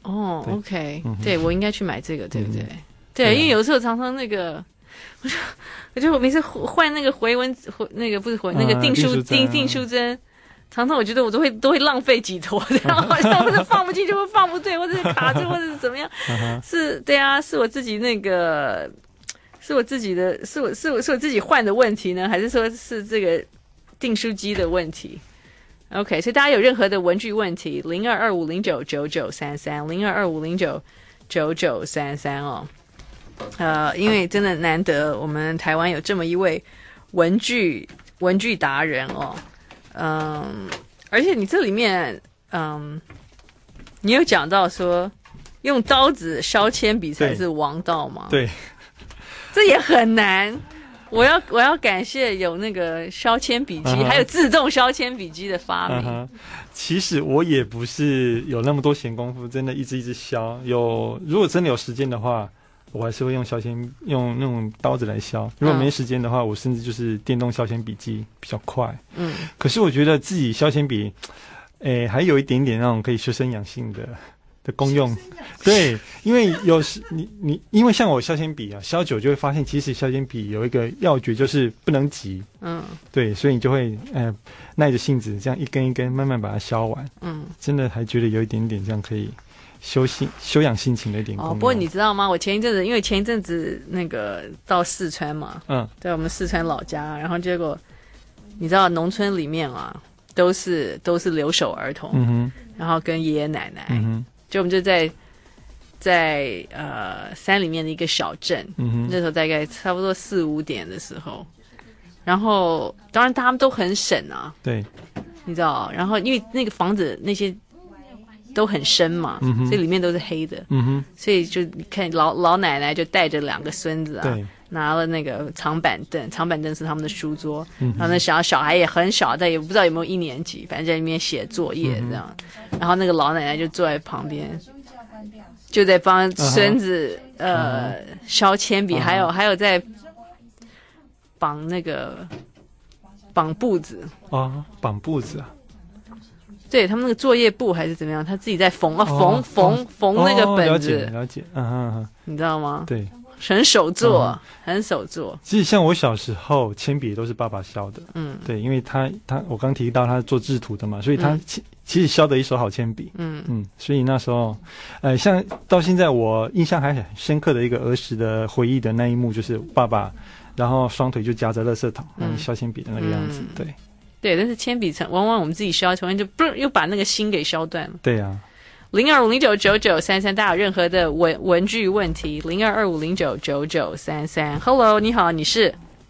哦对 ，OK，、 嗯、 对我应该去买这个，对不对？ 嗯、 对， 对啊、 因为有时候常常那个，我就我就我每次换那个回文回那个不是回、嗯、那个订书订订书针。常常我觉得我都会都会浪费几坨，然后好像或者放不进去，或放不对，或者是卡住，或者是怎么样？是，对啊，是我自己那个，是我自己的，是我是我是我自己换的问题呢，还是说是这个订书机的问题 ？OK， 所以大家有任何的文具问题，零二二五零九九九三三，零二二五零九九九三三哦。呃，因为真的难得，我们台湾有这么一位文具文具达人哦。嗯，而且你这里面，嗯，你有讲到说用刀子削铅笔才是王道吗？ 对， 这也很难。我要我要感谢有那个削铅笔机， uh-huh. 还有自动削铅笔机的发明。 Uh-huh. 其实我也不是有那么多闲工夫，真的一直一直削。有如果真的有时间的话。我还是会用削铅用那种刀子来削，如果没时间的话，我甚至就是电动削铅笔机比较快。嗯，可是我觉得自己削铅笔，诶，还有一点点那种可以修身养性的的功用。对，因为有时你你因为像我削铅笔啊，削久就会发现，其实削铅笔有一个要诀，就是不能急。嗯，对，所以你就会呃耐着性子这样一根一根慢慢把它削完。嗯，真的还觉得有一点点这样可以。修心修养心情的一点功能。 哦，不过你知道吗？我前一阵子，因为前一阵子那个到四川嘛，嗯，在我们四川老家，然后结果你知道农村里面啊，都是都是留守儿童，嗯哼，然后跟爷爷奶奶，嗯哼，就我们就在在呃山里面的一个小镇，嗯哼，那时候大概差不多四五点的时候，然后当然他们都很省啊， 对， 你知道，然后因为那个房子那些。都很深嘛、嗯，所以里面都是黑的，嗯哼，所以就你看老老奶奶就带着两个孙子啊，拿了那个长板凳，长板凳是他们的书桌，嗯、然后那小小孩也很小，但也不知道有没有一年级，反正在里面写作业这样、嗯，然后那个老奶奶就坐在旁边，就在帮孙子、uh-huh. 呃、uh-huh. 削铅笔， uh-huh. 还有还有在绑那个绑布子啊，绑布子啊。 对他们那个作业簿还是怎么样，他自己在缝啊缝缝缝那个本子， 哦、了解了解，嗯哼哼， 你知道吗？ 对， 很手做，嗯、很手做。 其实像我小时候，铅笔都是爸爸削的，嗯，对，因为他他我刚提到他是做制图的嘛，所以他其、嗯、其实削的一手好铅笔，嗯嗯，所以那时候，呃，像到现在我印象还很深刻的一个儿时的回忆的那一幕，就是爸爸，然后双腿就夹着垃圾桶，然后削铅笔的那个样子，嗯、对。 对，但是铅笔往往我们自己削，从就不又把那个芯给削断了。 对啊， 零二五零九九九三三，大家有任何的文文具问题，零二二五零九九九三三。Hello， 你好，你是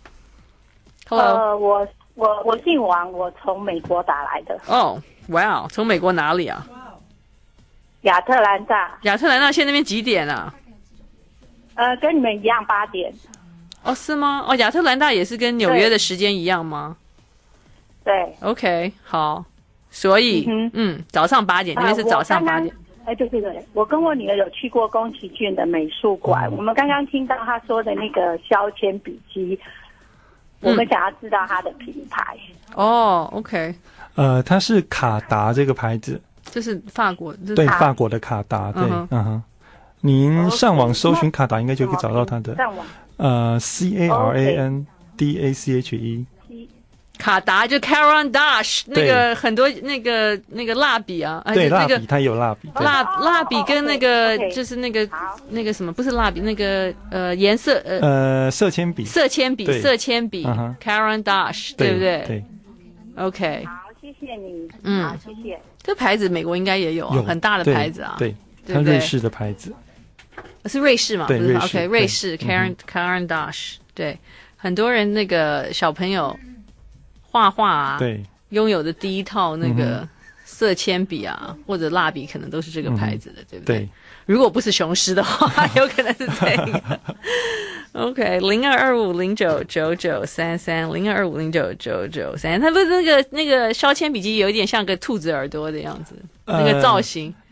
？Hello， 呃，我我我姓王，我从美国打来的。 哦，哇哦，从美国哪里啊？ 亚特兰大。 亚特兰大现在那边几点啊？ 呃，跟你们一样八点。 哦，是吗？哦，亚特兰大也是跟纽约的时间一样吗？ 对 ，OK， 好，所以，嗯，嗯早上八点，因为是早上八点。 哎、呃，对对对，我跟我女儿有去过宫崎骏的美术馆、嗯，我们刚刚听到她说的那个削铅笔机、嗯，我们想要知道它的品牌。 哦 ，OK， 呃，它是卡达这个牌子， 这是法国， 对，法国的卡达，对，嗯哼，嗯哼您上网搜寻卡达，应该就可以找到它的， 上网， 呃 ，C A R A N D A C H E。 卡达就 Caran d'Ache 那个很多那个那个蜡笔啊， 对， 那个蜡笔它有蜡笔， 蜡蜡笔跟那个就是那个那个什么不是蜡笔那个呃颜色呃呃色铅笔色铅笔色铅笔 Caran d'Ache 对不对？ 对 ，OK， 好，谢谢你，嗯，好，谢谢。 这牌子美国应该也有啊，很大的牌子啊， 对，它瑞士的牌子， 是瑞士嘛？ 对，瑞士 ，OK， 瑞士 Caran Caran d'Ache 对，很多人那个小朋友。画画啊， 对， 拥有的第一套那个色铅笔啊，嗯、或者蜡笔，可能都是这个牌子的，嗯、对不对？ 对， 如果不是雄狮的话，有可能是这个。OK， 零二二五零九九九三三，零二二五零九九九三，它不是那个那个削铅笔机有一点像个兔子耳朵的样子，呃、那个造型。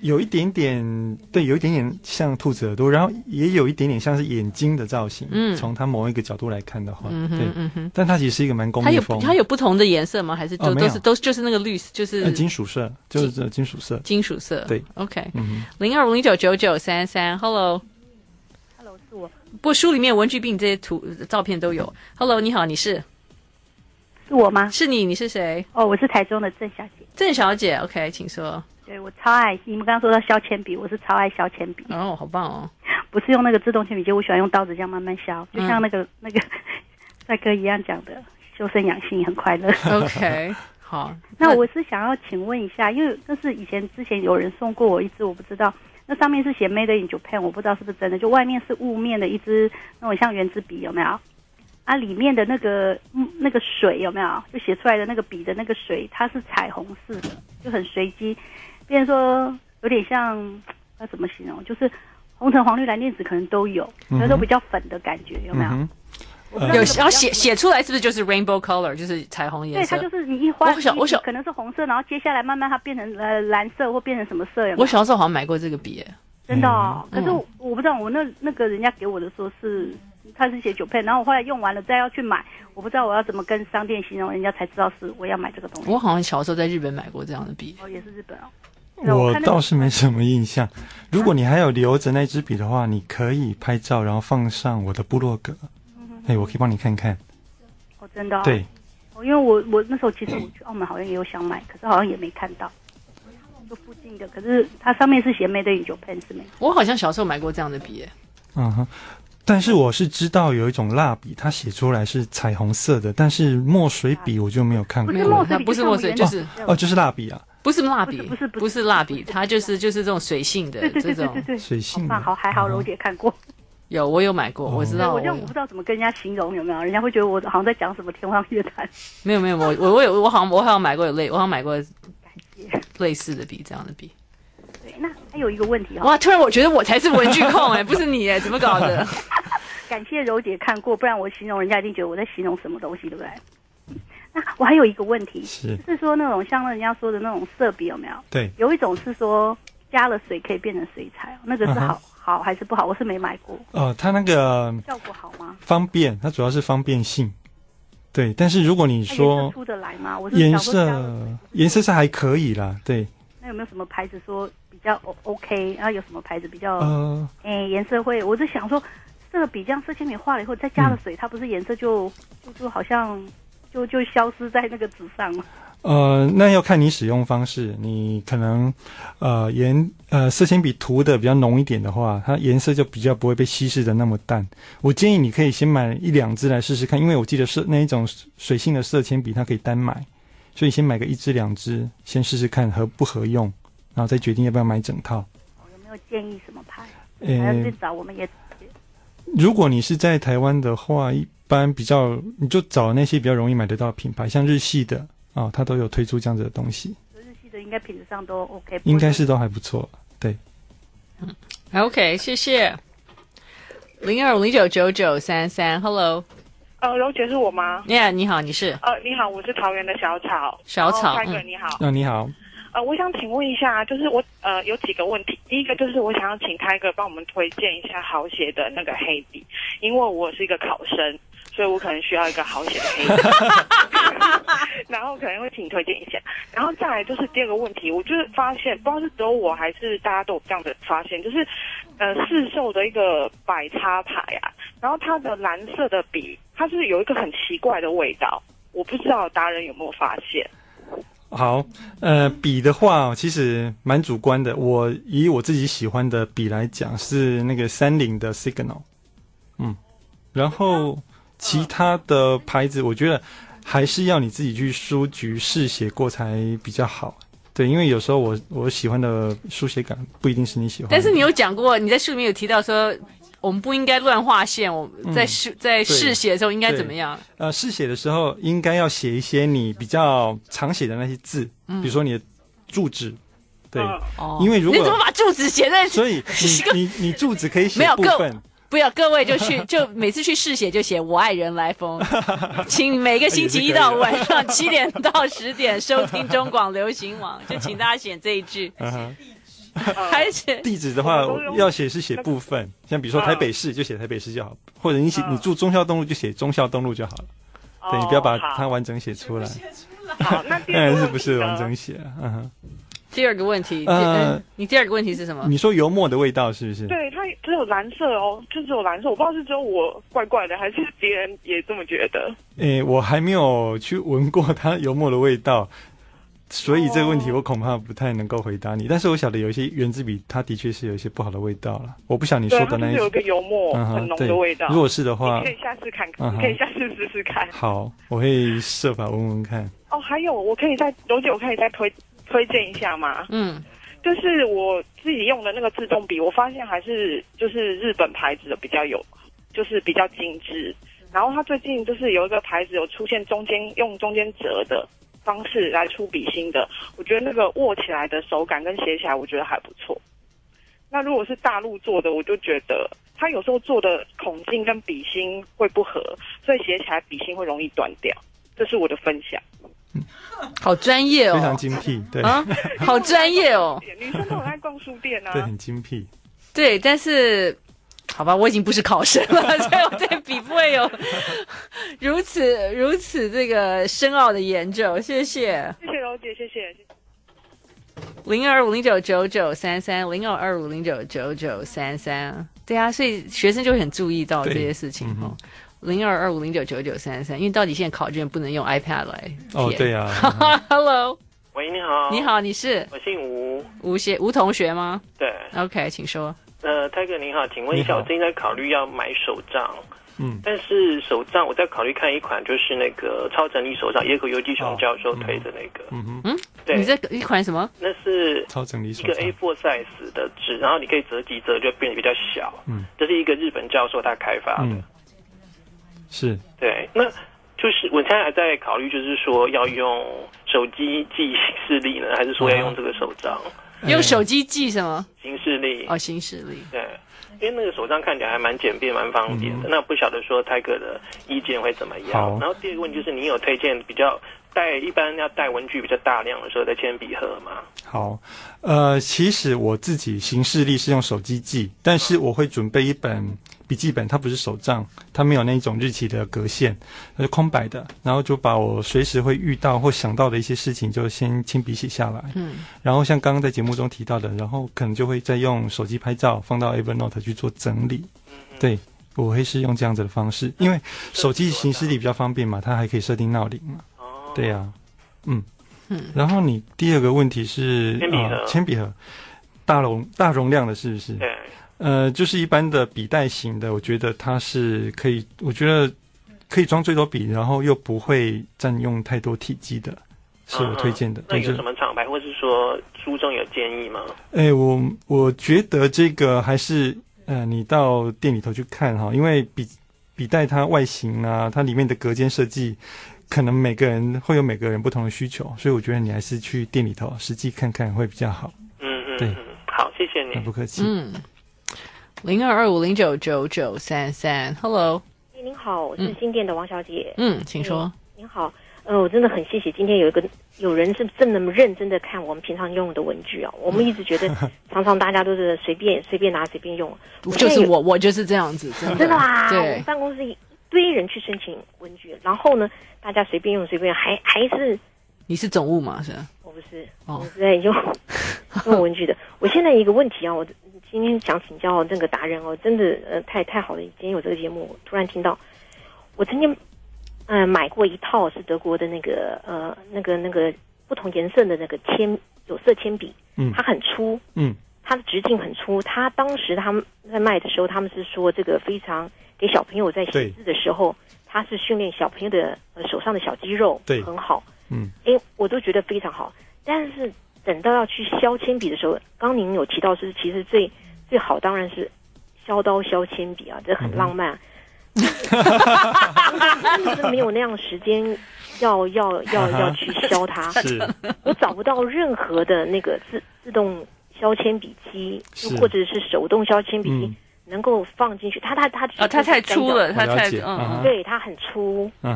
有一点点，对，有一点点像兔子耳朵，然后也有一点点像是眼睛的造型。嗯，从它某一个角度来看的话，嗯哼对，嗯哼，但它其实是一个蛮工业风。 它有它有不同的颜色吗？还是都、哦、都是都就是那个绿，就是、 呃、金属色，就是这金属色。 金属色， 对 ，OK， 零二五零九九九三三 ，Hello，Hello 是我。不过书里面文具病这些图照片都有。Hello， 你好，你是？ 是我吗？ 是你，你是谁？ 哦，我是台中的郑小姐。 郑小姐 ，OK， 请说。 对，我超爱你们刚刚说到削铅笔，我是超爱削铅笔。 哦，好棒哦！ 不是用那个自动铅笔机，我喜欢用刀子这样慢慢削，就像那个、嗯、那个帅哥一样讲的，修身养性很快乐。 OK， 好。 那我是想要请问一下，因为那是以前之前有人送过我一支，我不知道那上面是写 Made in Japan， 我不知道是不是真的，就外面是雾面的一支那种像圆珠笔，有没有？啊，里面的那个嗯那个水有没有？就写出来的那个笔的那个水，它是彩虹似的，就很随机。变成说有点像要怎么形容，就是红橙黄绿蓝靛紫可能都有，可是都比较粉的感觉，有没有？嗯呃、有，然后写写出来是不是就是 rainbow color， 就是彩虹颜色？ 对，它就是你一画， 我小我小可能是红色，然后接下来慢慢它变成呃蓝色或变成什么色有没有？ 我小时候好像买过这个笔， 真的哦。嗯、可是 我,、嗯、我不知道，我那那个人家给我的说是他是写九片，然后我后来用完了再要去买，我不知道我要怎么跟商店形容，人家才知道是我要买这个东西。 我好像小时候在日本买过这样的笔。 哦，也是日本哦。 我倒是没什么印象。如果你还有留着那支笔的话，你可以拍照，然后放上我的部落格。哎、欸，我可以帮你看看。 哦，真的、哦？ 对。 哦，因为我我那时候其实我去澳门好像也有想买，可是好像也没看到。就附近的，可是它上面是写 Made in Japan 是没？ 我好像小时候买过这样的笔耶。 嗯哼。但是我是知道有一种蜡笔，它写出来是彩虹色的，但是墨水笔我就没有看过。 不是墨水笔， 不是墨水，就是哦，哦，就是蜡笔啊。 不是蜡笔， 不是不是不是蜡笔，它就是就是这种水性的这种水性的。 好，还好柔姐看过。 有，我有买过，我知道。 我这样我不知道怎么跟人家形容，有没有？人家会觉得我好像在讲什么天方夜谭。 没有没有，我我我有我好像我好像买过有类，我好像买过类似的笔，这样的笔。 对，那还有一个问题哈。 哇，突然我觉得我才是文具控哎，不是你哎，怎么搞的？ 感谢柔姐看过，不然我形容人家一定觉得我在形容什么东西，对不对？那我还有一个问题， 是就是说那种像人家说的那种色笔有没有？ 对， 有一种是说加了水可以变成水彩，那个是好、uh-huh. 好还是不好？我是没买过。 哦、呃，它那个效果好吗？ 方便，它主要是方便性。对，但是如果你说颜色出得来吗？我是颜色颜色是还可以啦，对。 那有没有什么牌子说比较 OK？ 然后有什么牌子比较呃， 哎颜色会？我是想说。色笔这样色铅笔画了以后，再加了水，嗯、它不是颜色就就就好像就就消失在那个纸上了。 呃，那要看你使用方式，你可能呃颜呃色铅笔涂的比较浓一点的话，它颜色就比较不会被稀释的那么淡。我建议你可以先买一两支来试试看，因为我记得是那一种水性的色铅笔，它可以单买，所以先买个一支两支，先试试看合不合用，然后再决定要不要买整套。 哦、有没有建议什么牌？呃、还要去找我们也。 如果你是在台湾的话，一般比较你就找那些比较容易买得到的品牌，像日系的啊、哦，它都有推出这样子的东西。 日系的应该品质上都 OK， 应该是都还不错，对。 嗯 ，OK， 谢谢。零二五零九九九三三 ，Hello。 呃，柔姐是我吗 ？Yeah， 你好，你是？ 呃，你好，我是桃园的小草。 小草， 泰哥你好。 啊，你好。 呃，我想请问一下，就是我呃有几个问题。第一个就是我想要请泰哥帮我们推荐一下好写的那个黑笔，因为我是一个考生，所以我可能需要一个好写的黑笔，然后可能会请推荐一下。然后再来就是第二个问题，我就是发现不知道是只有我还是大家都有这样的发现，就是呃市售的一个百插牌啊，然后它的蓝色的笔，它是有一个很奇怪的味道，我不知道达人有没有发现。 好，呃，笔的话其实蛮主观的。我以我自己喜欢的笔来讲，是那个三菱的 Signal， 嗯，然后其他的牌子，我觉得还是要你自己去书局试写过才比较好。对，因为有时候我我喜欢的书写感不一定是你喜欢的。 但是你有讲过，你在书里面有提到说，我们不应该乱画线。我在试、嗯、在试写的时候应该怎么样？ 呃，试写的时候应该要写一些你比较常写的那些字，嗯、比如说你的住址。对，哦、因为如果你怎么把住址写在？ 所以你你你住址可以写部分。 不要，各位就去，就每次去试写就写我爱人来疯，请每个星期一到晚上七点到十点收听中广流行网，就请大家写这一句。Uh-huh. 还写地址的话要写是写部分，像比如说台北市就写台北市就好，或者你写你住忠孝东路就写忠孝东路就好了。对，你不要把它完整写出来。 好，那当然是不是完整写啊？嗯哼。 第二个问题， 呃， 你第二个问题是什么？ 你说油墨的味道是不是？ 对，它只有蓝色哦，就只有蓝色，我不知道是只有我怪怪的，还是别人也这么觉得。 诶，我还没有去闻过它油墨的味道，所以这个问题我恐怕不太能够回答你。但是我晓得有一些原子笔，它的确是有一些不好的味道了。我不晓得你说的那一， 对，它有一个油墨、嗯、很浓的味道。 如果是的话， 你可以下次看看，嗯、你可以下次试试看。 好，我会设法闻闻看。 哦，还有，我可以再，柔姐，我可以再推推荐一下吗？ 嗯。 就是我自己用的那个自动笔，我发现还是就是日本牌子的比较有，就是比较精致。然后它最近就是有一个牌子有出现中间用中间折的方式来出笔芯的，我觉得那个握起来的手感跟写起来我觉得还不错。那如果是大陆做的，我就觉得它有时候做的孔径跟笔芯会不合，所以写起来笔芯会容易断掉。这是我的分享。 好专业哦， 非常精辟，对啊，好专业哦。 女生都很爱逛书店啊， 对，很精辟。 对，但是好吧，我已经不是考生了，所以我对笔不会有如此如此这个深奥的研究。谢谢， 谢谢柔姐，谢谢。 零二五零九九九三三，零二二五零九九九三三。对啊，所以学生就会很注意到这些事情哈。零二二五零九九九三三，因为到底现在考卷不能用 iPad 来填。 哦，对呀、 啊。Hello， 喂，你好。 你好，你是？ 我姓吴。 吴学吴同学吗？ 对。 OK， 请说。 呃，泰哥您好，请问一下，我最近在考虑要买手账。 嗯。 但是手账我在考虑看一款，就是那个超整理手账，野口游纪雄教授推的那个。 嗯哼。 嗯。 对。 你这一款什么？ 那是超整理手一个 A 四 size 的纸，然后你可以折几折就变得比较小。 嗯。 这是一个日本教授他开发的。 嗯。是， 对，那就是我现在还在考虑，就是说要用手机记行事历呢，还是说要用这个手账？ 嗯、用手机记什么？ 行事历。 哦，行事历。 对，因为那个手账看起来还蛮简便、蛮方便的。嗯、那不晓得说泰哥的意见会怎么样？然后第二个问题就是，你有推荐比较带一般要带文具比较大量的时候的铅笔盒吗？ 好，呃，其实我自己行事历是用手机记，但是我会准备一本笔记本，它不是手账，它没有那种日期的格线，它是空白的，然后就把我随时会遇到或想到的一些事情就先亲笔写下来。 嗯， 然后像刚刚在节目中提到的，然后可能就会再用手机拍照放到 Evernote 去做整理。嗯，对，我会是用这样子的方式，因为手机行事历比较方便嘛，它还可以设定闹铃嘛。哦，对呀、啊，嗯嗯。然后你第二个问题是铅笔盒， 呃、铅笔盒大容大容量的，是不是？ 对。 呃，就是一般的笔袋型的，我觉得它是可以，我觉得可以装最多笔，然后又不会占用太多体积的，是我推荐的。 嗯、那有什么厂牌，或是说书中有建议吗？ 哎，我我觉得这个还是呃，你到店里头去看哈，因为笔笔袋它外形啊，它里面的隔间设计，可能每个人会有每个人不同的需求，所以我觉得你还是去店里头实际看看会比较好。 嗯嗯， 对， 好，谢谢你， 不客气。 嗯。零二二五零九九九三三 ，Hello， 您好，我是新店的王小姐。 嗯，请说。 您好，呃，我真的很谢谢今天有一个有人是这么认真的看我们平常用的文具啊。我们一直觉得常常大家都是随便随便拿随便用， 就是我我就是这样子，真的。 真的啊， 对， 我们办公室一堆人去申请文具，然后呢，大家随便用随便用，还还是你是总务吗？是？ 我不是， 哦、 我是在用用文具的。我现在一个问题啊，我。今天想请教那个达人哦，真的呃太太好了！今天有这个节目，我突然听到，我曾经嗯、呃、买过一套是德国的那个呃那个那个不同颜色的那个铅有色铅笔， 嗯，它很粗， 嗯， 它的直径很粗。它当时他们在卖的时候，他们是说这个非常给小朋友在写字的时候，它是训练小朋友的、呃、手上的小肌肉， 对， 很好， 嗯， 哎，我都觉得非常好，但是。等到要去削铅笔的时候，刚您有提到是其实最最好当然是削刀削铅笔啊，这很浪漫。嗯、真的没有那样的时间要要要要去削它， 是我找不到任何的那个自自动削铅笔机，或者是手动削铅笔机、嗯、能够放进去。它它它啊，它太粗了，它太嗯， 对，它很粗。 嗯哼。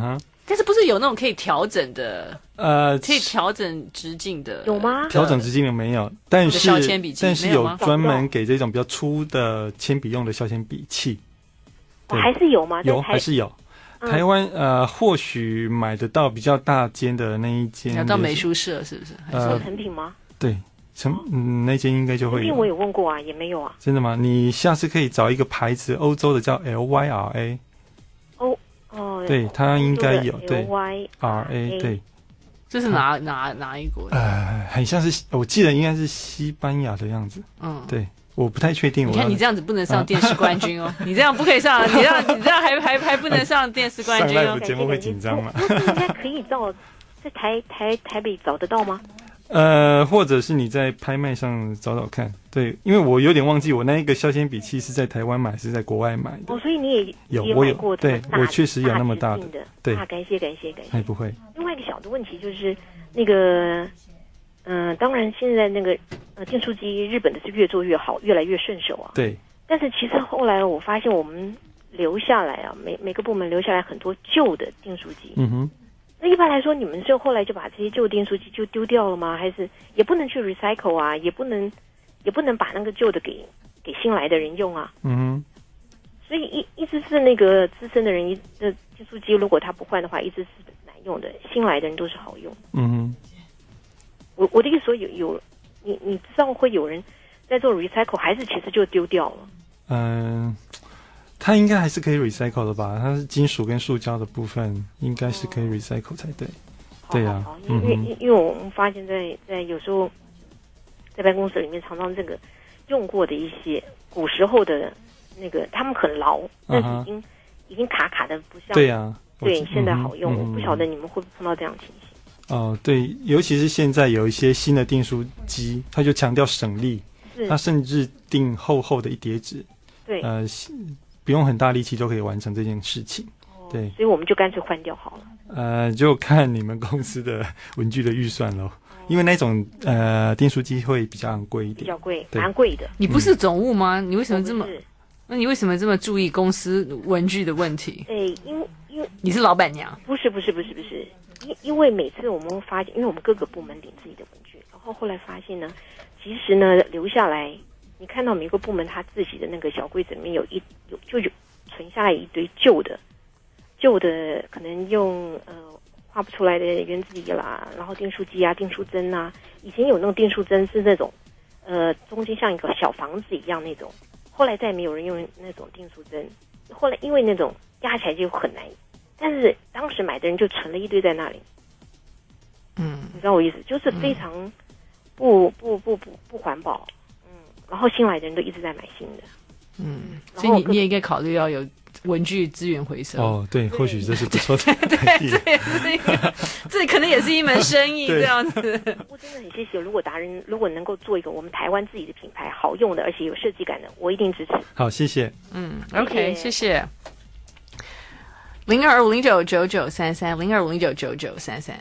但是不是有那种可以调整的？ 呃， 可以调整直径的有吗？ 调整直径的没有，但是削铅笔器但是有专门有给这种比较粗的铅笔用的削铅笔器。 哦、还是有吗？ 有还是有。 嗯、 台湾呃，或许买得到比较大间的那一间， 要到美术社是不是？ 呃，成品吗？ 对，成嗯那间应该就会有。 成品我有问过啊，也没有啊。 真的吗？你下次可以找一个牌子，欧洲的叫 L Y R A。 哦哦， 对，它应该有。对 L Y R A 对。 这是哪哪哪一国的？ 呃，很像是，我记得应该是西班牙的样子。嗯，对。我不太确定。 你看你这样子不能上电视冠军哦，啊、你这样不可以上，你这样你这样还还还不能上电视冠军哦。 上节目会紧张吗？ 应该可以到在台台台北找得到吗？ 呃，或者是你在拍卖上找找看。对，因为我有点忘记我那一个削铅笔器是在台湾买，是在国外买的。 哦，所以你也有我有过对，我确实有那么大的。对， 啊，感谢感谢感谢。 哎，不会。 另外一个小的问题就是那个。嗯，当然，现在那个呃订书机，日本的是越做越好，越来越顺手啊。 对。 但是其实后来我发现，我们留下来啊，每每个部门留下来很多旧的订书机。 嗯哼。 那一般来说，你们是后来就把这些旧订书机就丢掉了吗？还是也不能去 recycle 啊？也不能也不能把那个旧的给给新来的人用啊？ 嗯哼。 所以一一直是那个资深的人，一的订书机如果他不换的话，一直是难用的，新来的人都是好用。 嗯哼。 我我的意思说有有，你你知道会有人在做 recycle， 还是其实就丢掉了？ 嗯、呃，它应该还是可以 recycle 的吧？它是金属跟塑胶的部分，应该是可以 recycle 才对。哦、对呀、啊， 因为、嗯、因为我们发现在在有时候在办公室里面常常这个用过的一些古时候的那个，他们很牢，但是已经、uh-huh. 已经卡卡的不像对呀、啊， 对现在好用、 嗯。 我不晓得你们会不会碰到这样的情形。 哦、呃，对，尤其是现在有一些新的订书机，它就强调省力，它甚至订厚厚的一叠纸， 对， 呃，不用很大力气就可以完成这件事情。哦、对， 所以我们就干脆换掉好了。 呃，就看你们公司的文具的预算咯，哦、因为那种呃订书机会比较昂贵一点， 比较贵，蛮贵的。 你不是总务吗？嗯、你为什么这么？ 是那你为什么这么注意公司文具的问题？ 哎，因为因为你是老板娘？ 不是不是不是不是。因因为每次我们会发现，因为我们各个部门领自己的文具，然后后来发现呢，其实呢留下来，你看到每个部门他自己的那个小柜子里面有一有就有存下来一堆旧的，旧的可能用呃画不出来的原子笔啦，然后订书机啊、订书针啊，以前有那种订书针是那种呃中间像一个小房子一样那种，后来再也没有人用那种订书针，后来因为那种压起来就很难。但是当时买的人就存了一堆在那里， 嗯， 你知道我意思，就是非常不、嗯、不不不不环保，嗯，然后新来的人都一直在买新的， 嗯，所以你你也应该考虑要有文具资源回收。 哦，对，或许这是不错的对，这也是一个，这可能也是一门生意这样子。 我真的很谢谢，如果达人如果能够做一个我们台湾自己的品牌，好用的而且有设计感的，我一定支持。 好，谢谢。 嗯 ，OK， 谢谢。零二五零九九九三三，零二五零九九九三三。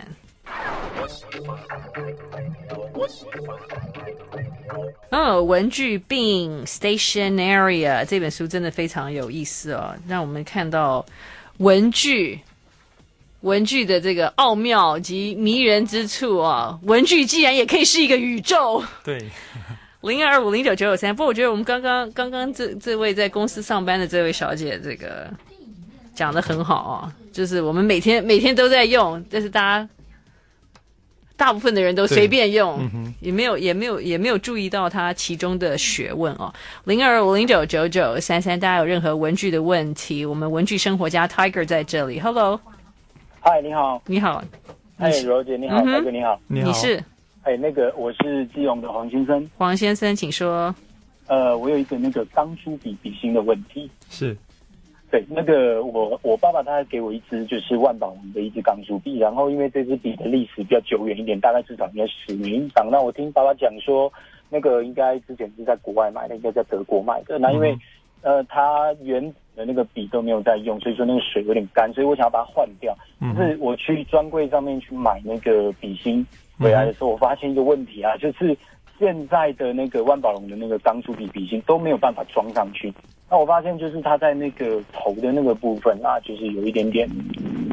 哦，文具病 Stationeria 这本书真的非常有意思哦，让我们看到文具文具的这个奥妙及迷人之处啊！文具既然也可以是一个宇宙， 对。 零二五零九九九三，不过我觉得我们刚刚刚刚这这位在公司上班的这位小姐，这个讲得很好啊，就是我们每天每天都在用，但是大家大部分的人都随便用，嗯、也没有也没有也没有注意到它其中的学问哦。零二五零九九九三三，大家有任何文具的问题，我们文具生活家 Tiger 在这里。Hello， 嗨，你好， 你好， 嗨，柔姐你好，大哥、嗯、你好， 你好， 你是？ 哎，那个我是基隆的黄先生。 黄先生，请说。 呃，我有一个那个钢珠笔笔芯的问题。 是。 对，那个我我爸爸他给我一支就是万宝龙的一支钢珠笔，然后因为这支笔的历史比较久远一点，大概至少应该十年以上。那我听爸爸讲说，那个应该之前是在国外买的，应该在德国买的。那因为、嗯、呃他原的那个笔都没有在用，所以说那个水有点干，所以我想要把它换掉。嗯、就是我去专柜上面去买那个笔芯回来的时候，我发现一个问题啊，就是现在的那个万宝龙的那个钢珠笔笔芯都没有办法装上去。那我发现就是它在那个头的那个部分啊，就是有一点点尺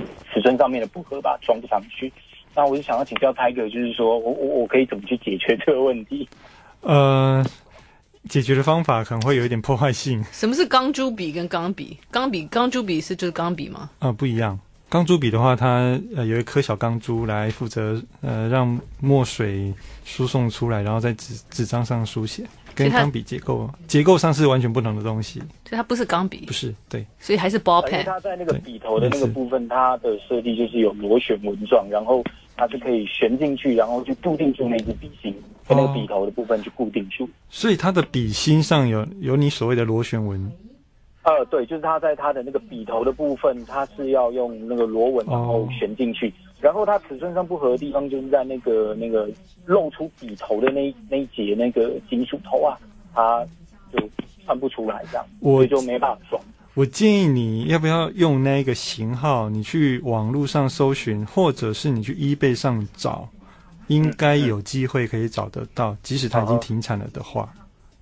寸上面的不合吧，装不上去。那我就想要请教 Tiger， 就是说我我我可以怎么去解决这个问题？ 呃，解决的方法可能会有一点破坏性。 什么是钢珠笔跟钢笔？钢笔钢珠笔是就是钢笔吗？ 啊、呃，不一样。钢珠笔的话，它呃有一颗小钢珠来负责呃让墨水输送出来，然后在纸纸张上书写，跟钢笔结构结构上是完全不同的东西。 所以它不是钢笔， 不是，对， 所以还是 ball pen。 因为它在那个笔头的那个部分，它的设计就是有螺旋纹状，然后它是可以旋进去，然后去固定住那支笔芯，跟那个笔头的部分去固定住。 所以它的笔芯上有有你所谓的螺旋纹。 呃，对，就是它在它的那个笔头的部分，它是要用那个螺纹，然后旋进去。哦、然后它尺寸上不合的地方，就是在那个那个露出笔头的那一那一节那个金属头啊，它就穿不出来，这样，所以就没办法装。 我建议你要不要用那个型号，你去网络上搜寻，或者是你去 eBay 上找，应该有机会可以找得到，即使它已经停产了的话。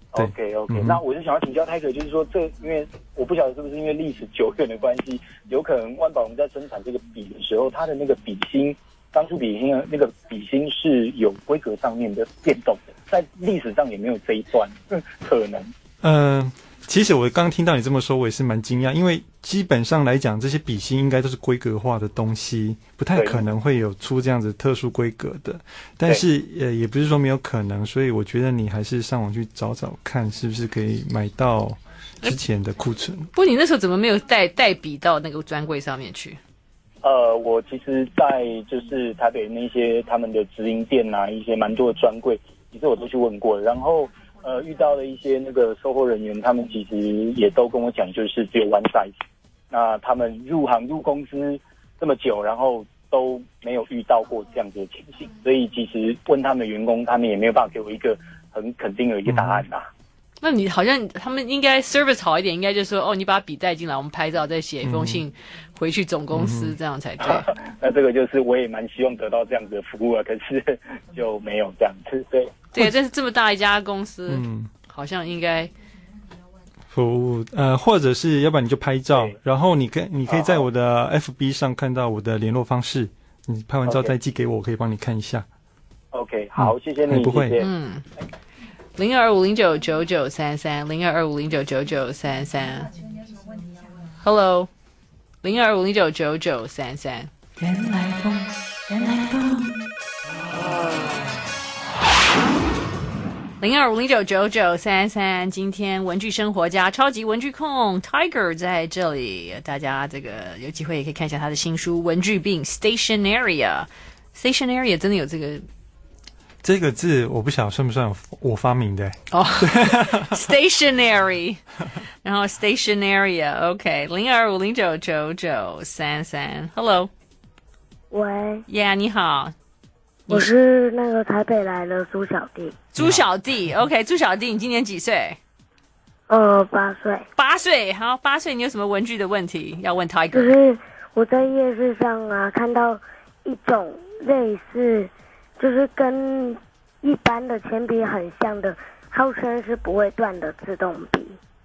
OK OK，、嗯、那我就想要请教 Tiger， 就是说这因为我不晓得是不是因为历史久远的关系，有可能万宝龙在生产这个笔的时候，它的那个笔芯，当初笔芯的那个笔芯是有规格上面的变动的，在历史上也没有这一段可能。 嗯、呃，其实我刚听到你这么说，我也是蛮惊讶，因为基本上来讲，这些笔芯应该都是规格化的东西，不太可能会有出这样子特殊规格的。但是呃，也不是说没有可能，所以我觉得你还是上网去找找看，是不是可以买到之前的库存。 不过你那时候怎么没有带带笔到那个专柜上面去？ 呃，我其实在就是台北那些他们的直营店啊，一些蛮多的专柜，其实我都去问过，然后呃遇到了一些那个售货人员，他们其实也都跟我讲，就是只有 one size。那他们入行入公司这么久，然后都没有遇到过这样子的情形，所以其实问他们的员工，他们也没有办法给我一个很肯定的一个答案啊。 嗯，那你好像他们应该 service 好一点，应该就说哦，你把笔带进来，我们拍照，再写一封信回去总公司，嗯、这样才对。 那这个就是我也蛮希望得到这样子的服务啊，可是就没有这样子。对对，这是这么大一家公司， 嗯， 好像应该。 服务呃，或者是要不然你就拍照，然后你可你可以在我的 F B 上看到我的联络方式，你拍完照再寄给我，我可以帮你看一下。 OK， 好，嗯、谢谢你， 不会， 谢谢嗯。零二五零九九九三三，零二二五零九九九三三。Hello， 零二五零九九九三三。原来风，原来风。零二五零九九九三三，今天文具生活家超级文具控 Tiger 在这里，大家这个有机会也可以看一下他的新书《文具病 Stationaria》。Stationaria 真的有这个这个字，我不晓得算不算我发明的哦。Stationary， 然后 Stationaria，OK， 零二五零九九九三三 ，Hello， 喂 ，Yeah， 你好。 我是那个台北来的朱小弟。 朱小弟 ，OK， 朱小弟，你今年几岁？ 呃，八岁。 八岁，好，八岁，你有什么文具的问题要问 Tiger？ 就是我在夜市上啊看到一种类似，就是跟一般的铅笔很像的，号称是不会断的自动笔。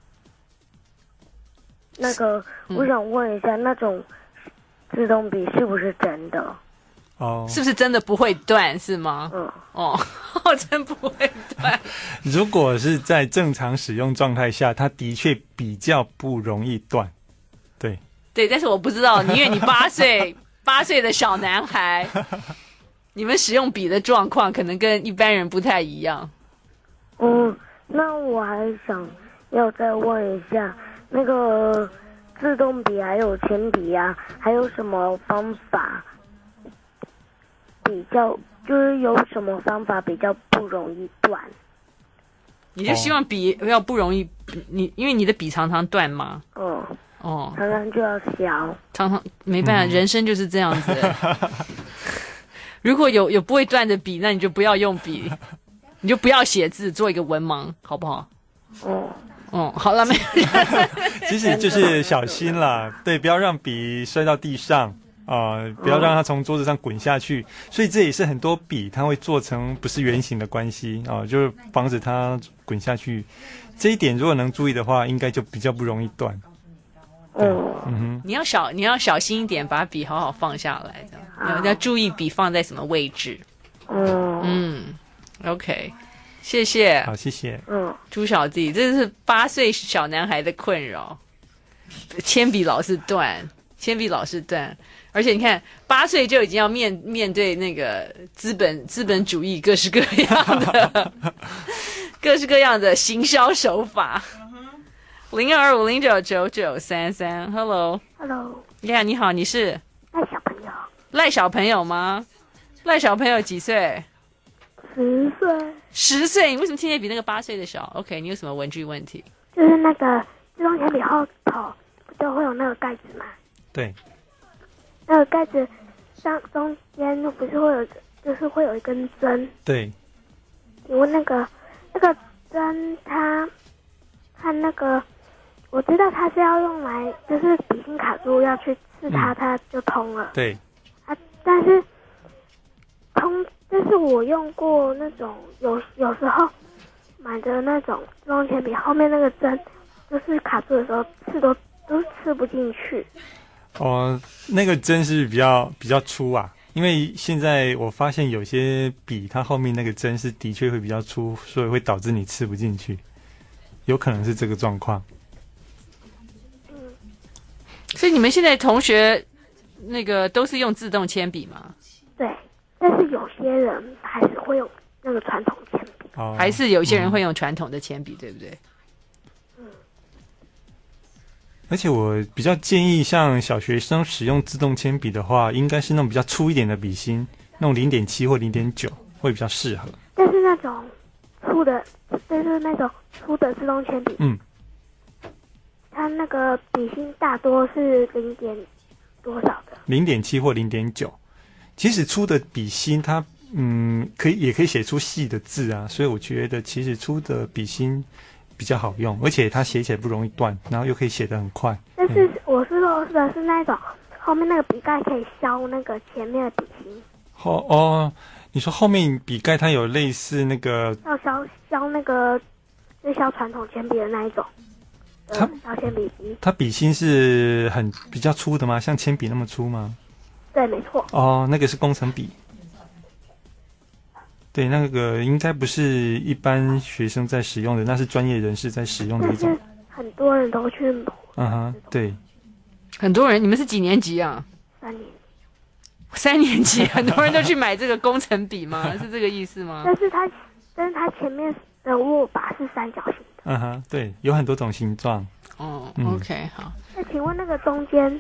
那个，我想问一下，嗯、那种自动笔是不是真的？ 哦， 是不是真的不会断是吗？ 嗯， 哦，真不会断。 如果是在正常使用状态下，它的确比较不容易断。对对，但是我不知道，因为你八岁八岁的小男孩，你们使用笔的状况可能跟一般人不太一样。 嗯，那我还想要再问一下，那个自动笔还有铅笔啊，还有什么方法？比较就是有什么方法比较不容易断？ 你就希望笔要不容易，你因为你的笔常常断吗？ 嗯， 哦， 常常就要削， 常常没办法，嗯、人生就是这样子。如果有有不会断的笔，那你就不要用笔，你就不要写字，做一个文盲，好不好？ 哦。 哦，好了，没有。 其实就是小心啦，对，不要让笔摔到地上。啊、呃，不要让它从桌子上滚下去，嗯、所以这也是很多笔它会做成不是圆形的关系啊、呃，就是防止它滚下去。这一点如果能注意的话，应该就比较不容易断。 嗯嗯你要小你要小心一点，把笔好好放下来，这样要要注意笔放在什么位置。 嗯嗯 ，OK， 谢谢。 好，谢谢。 嗯， 朱小弟，这是八岁小男孩的困扰，铅笔老是断，铅笔老是断。而且你看，八岁就已经要面面对那个资本资本主义各式各样的各式各样的行销手法。零二五零九九九三三 ，Hello，Hello， Hello， 你好，你是赖小朋友， 赖小朋友吗？赖小朋友几岁？ 十岁， 十岁。你为什么听起来比那个八岁的小 ？OK， 你有什么文具问题？ 就是那个自动铅笔后头不就会有那个盖子吗？ 对。 那个盖子上中间不是会有，就是会有一根针。 对。 请问那个那个针它，它那个我知道它是要用来，就是笔芯卡住要去刺它，嗯、它就通了。 对。 啊，但是通，但是我用过那种有有时候买的那种自动铅笔，后面那个针就是卡住的时候刺都都刺不进去。 哦，那个针是比较比较粗啊，因为现在我发现有些笔它后面那个针是的确会比较粗，所以会导致你刺不进去，有可能是这个状况。 嗯， 所以你们现在同学那个都是用自动铅笔吗？ 对，但是有些人还是会用那个传统铅笔， 哦， 还是有些人会用传统的铅笔，嗯、对不对？ 而且我比较建议，像小学生使用自动铅笔的话，应该是那种比较粗一点的笔芯，那种 零点七 或 零点九 会比较适合。 但是那种粗的，就是那种粗的自动铅笔， 嗯， 它那个笔芯大多是零点多少的？ 零点七 或 零点九。其实粗的笔芯它嗯可以也可以写出细的字啊，所以我觉得其实粗的笔芯比较好用，而且它写起来不容易断，然后又可以写得很快。 但是我是说的是那种后面那个笔盖可以削那个前面的笔芯。 后哦，你说后面笔盖它有类似那个要削削那个就削传统铅笔的那一种， 它削铅笔机。 它笔芯是很比较粗的吗？像铅笔那么粗吗？ 对，没错。 哦，那个是工程笔。对，那个应该不是一般学生在使用的，那是专业人士在使用的一种。 很多人都去。 嗯哼，对。 很多人，你们是几年级啊？ 三年级。 三年级，很多人都去买这个工程笔吗？是这个意思吗？ 但是它，但是它前面的握把是三角形的。 嗯哼，对，有很多种形状。 哦、嗯、，OK， 好。 那请问那个中间，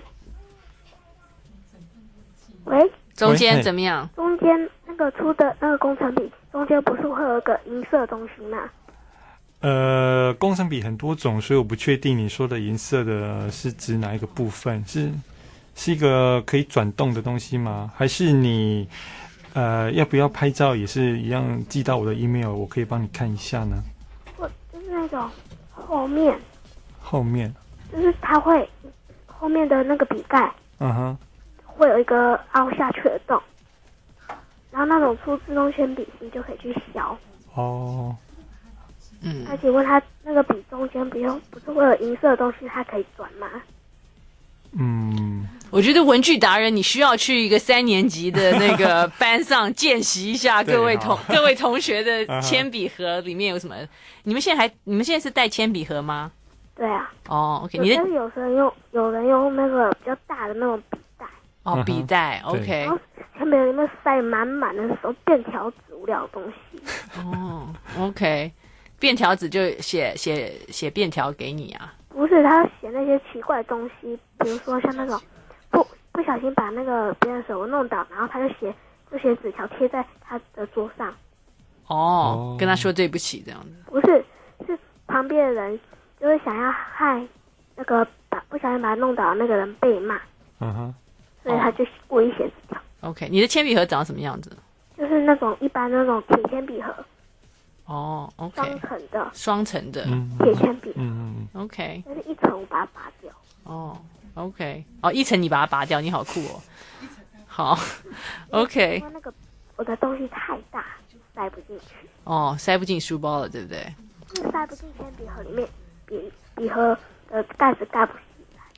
喂？ 中间怎么样？ 中间那个粗的那个工程笔，中间不是会有一个银色的东西吗？ 呃，工程笔很多种，所以我不确定你说的银色的是指哪一个部分，是是一个可以转动的东西吗？还是你呃要不要拍照也是一样寄到我的 email， 我可以帮你看一下呢？ 我就是那种后面， 后面就是它会后面的那个笔盖， 嗯哼。 会有一个凹下去的洞，然后那种粗自动铅笔芯就可以去削。 哦， 嗯。 那请问它那个笔中间不用不是会有银色的东西，它可以转吗？ 嗯， 我觉得文具达人，你需要去一个三年级的那个班上见习一下各位同各位同学的铅笔盒里面有什么？你们现在还你们现在是带铅笔盒吗？ 对啊。 哦 ，OK， 你的但是有人用有人用那个比较大的那种笔。 哦，笔袋 ，OK。 然后铅笔里面塞满满的那种便条纸无聊的东西。 哦 ，OK， 便条纸就写写写便条给你啊？ 不是，他要写那些奇怪的东西，比如说像那种不不小心把那个别人手弄倒，然后他就写就写纸条贴在他的桌上。 哦，跟他说对不起这样子。 不是，是旁边的人就是想要害那个把不小心把他弄倒的那个人被骂。 嗯哼。 所以他就故意写纸条。 OK， 你的铅笔盒长什么样子？ 就是那种一般那种铁铅笔盒。 哦 ，OK。 双层的。 双层的铁铅笔。 嗯嗯 OK。 但是一层我把它拔掉。 哦 ，OK， 哦，一层你把它拔掉，你好酷哦。好 ，OK。 因为那个我的东西太大，塞不进去。 哦，塞不进书包了，对不对？ 就是塞不进铅笔盒里面，笔笔盒的盖子盖不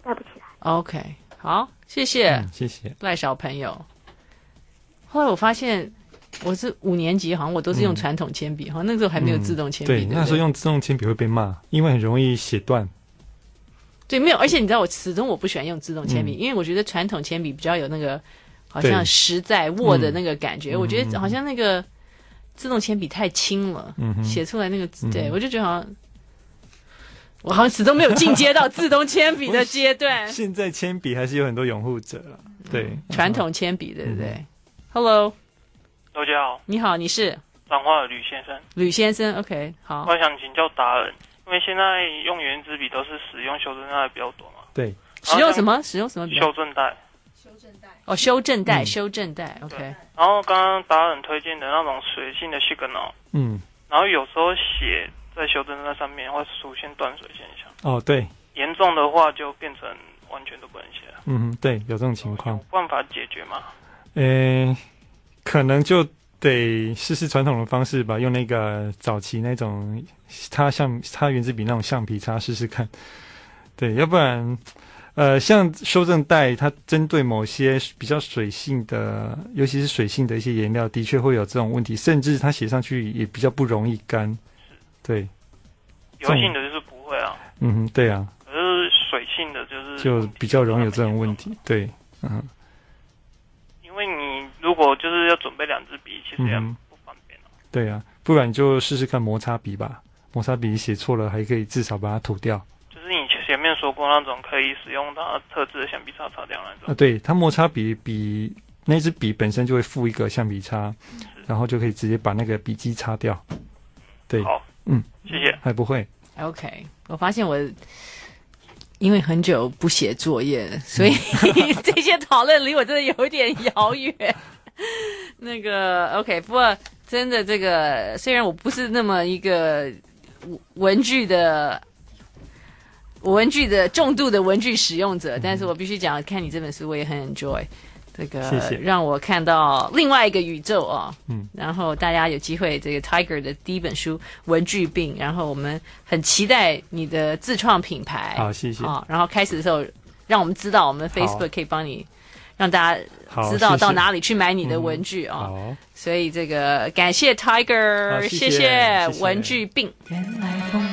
带不起来。 OK， 好，谢谢， 嗯、谢谢赖小朋友。后来我发现，我是五年级，好像我都是用传统铅笔，好、嗯、像那时候还没有自动铅笔。 嗯、对, 对，那时候用自动铅笔会被骂，因为很容易写断。 对，没有，而且你知道，我始终我不喜欢用自动铅笔，嗯、因为我觉得传统铅笔比较有那个好像实在握的那个感觉。嗯、我觉得好像那个自动铅笔太轻了，嗯、写出来那个字，对、嗯、我就觉得好像我好像始终没有进阶到自动铅笔的阶段。 现在铅笔还是有很多拥护者了，对， 传统铅笔，对不对、嗯、？Hello， 大家好， 你好，你是彰化的吕先生。 吕先生 ，OK， 好。 我想请教达人。因为现在用原子笔都是使用修正带比较多嘛， 对， 使用什么？使用什么笔？ 修正带。 修正带。哦，修正带，嗯、修正带 ，OK。 然后刚刚达人推荐的那种水性的 Signal， 嗯，然后有时候写在修正带上面会出现断水现象。 哦，对。 严重的话就变成完全都不能写了。 嗯，对，有这种情况。 有办法解决吗？ 呃，可能就得试试传统的方式吧，用那个早期那种它像它原子笔那种橡皮擦试试看。对，要不然呃像修正带它针对某些比较水性的，尤其是水性的一些颜料的确会有这种问题，甚至它写上去也比较不容易干。对， 油性的就是不会啊。 嗯，对啊。 可是水性的就是就比较容易有这种问题。对，嗯。 因为你如果就是要准备两支笔，其实也不方便、啊嗯、对啊，不然就试试看摩擦笔吧。摩擦笔写错了，还可以至少把它涂掉。 就是你前面说过那种可以使用它特制的橡皮擦擦掉那种。 啊，对，它摩擦笔笔那支笔本身就会附一个橡皮擦，然后就可以直接把那个笔迹擦掉。对， 好， 嗯， 谢谢。 还不会 ？OK， 我发现我。因为很久不写作业，所以这些讨论离我真的有一点遥远。那个 OK， 不过真的这个虽然我不是那么一个文具的文具的重度的文具使用者，但是我必须讲，看你这本书我也很 enjoy。这个谢谢， 让我看到另外一个宇宙哦。嗯，然后大家有机会，这个 Tiger 的第一本书《文具病》，然后我们很期待你的自创品牌。 好，谢谢。 啊，然后开始的时候，让我们知道我们 Facebook 可以帮你，让大家知道到哪里去买你的文具啊。 嗯、 所以这个感谢 Tiger， 谢谢, 谢谢文具病。原来风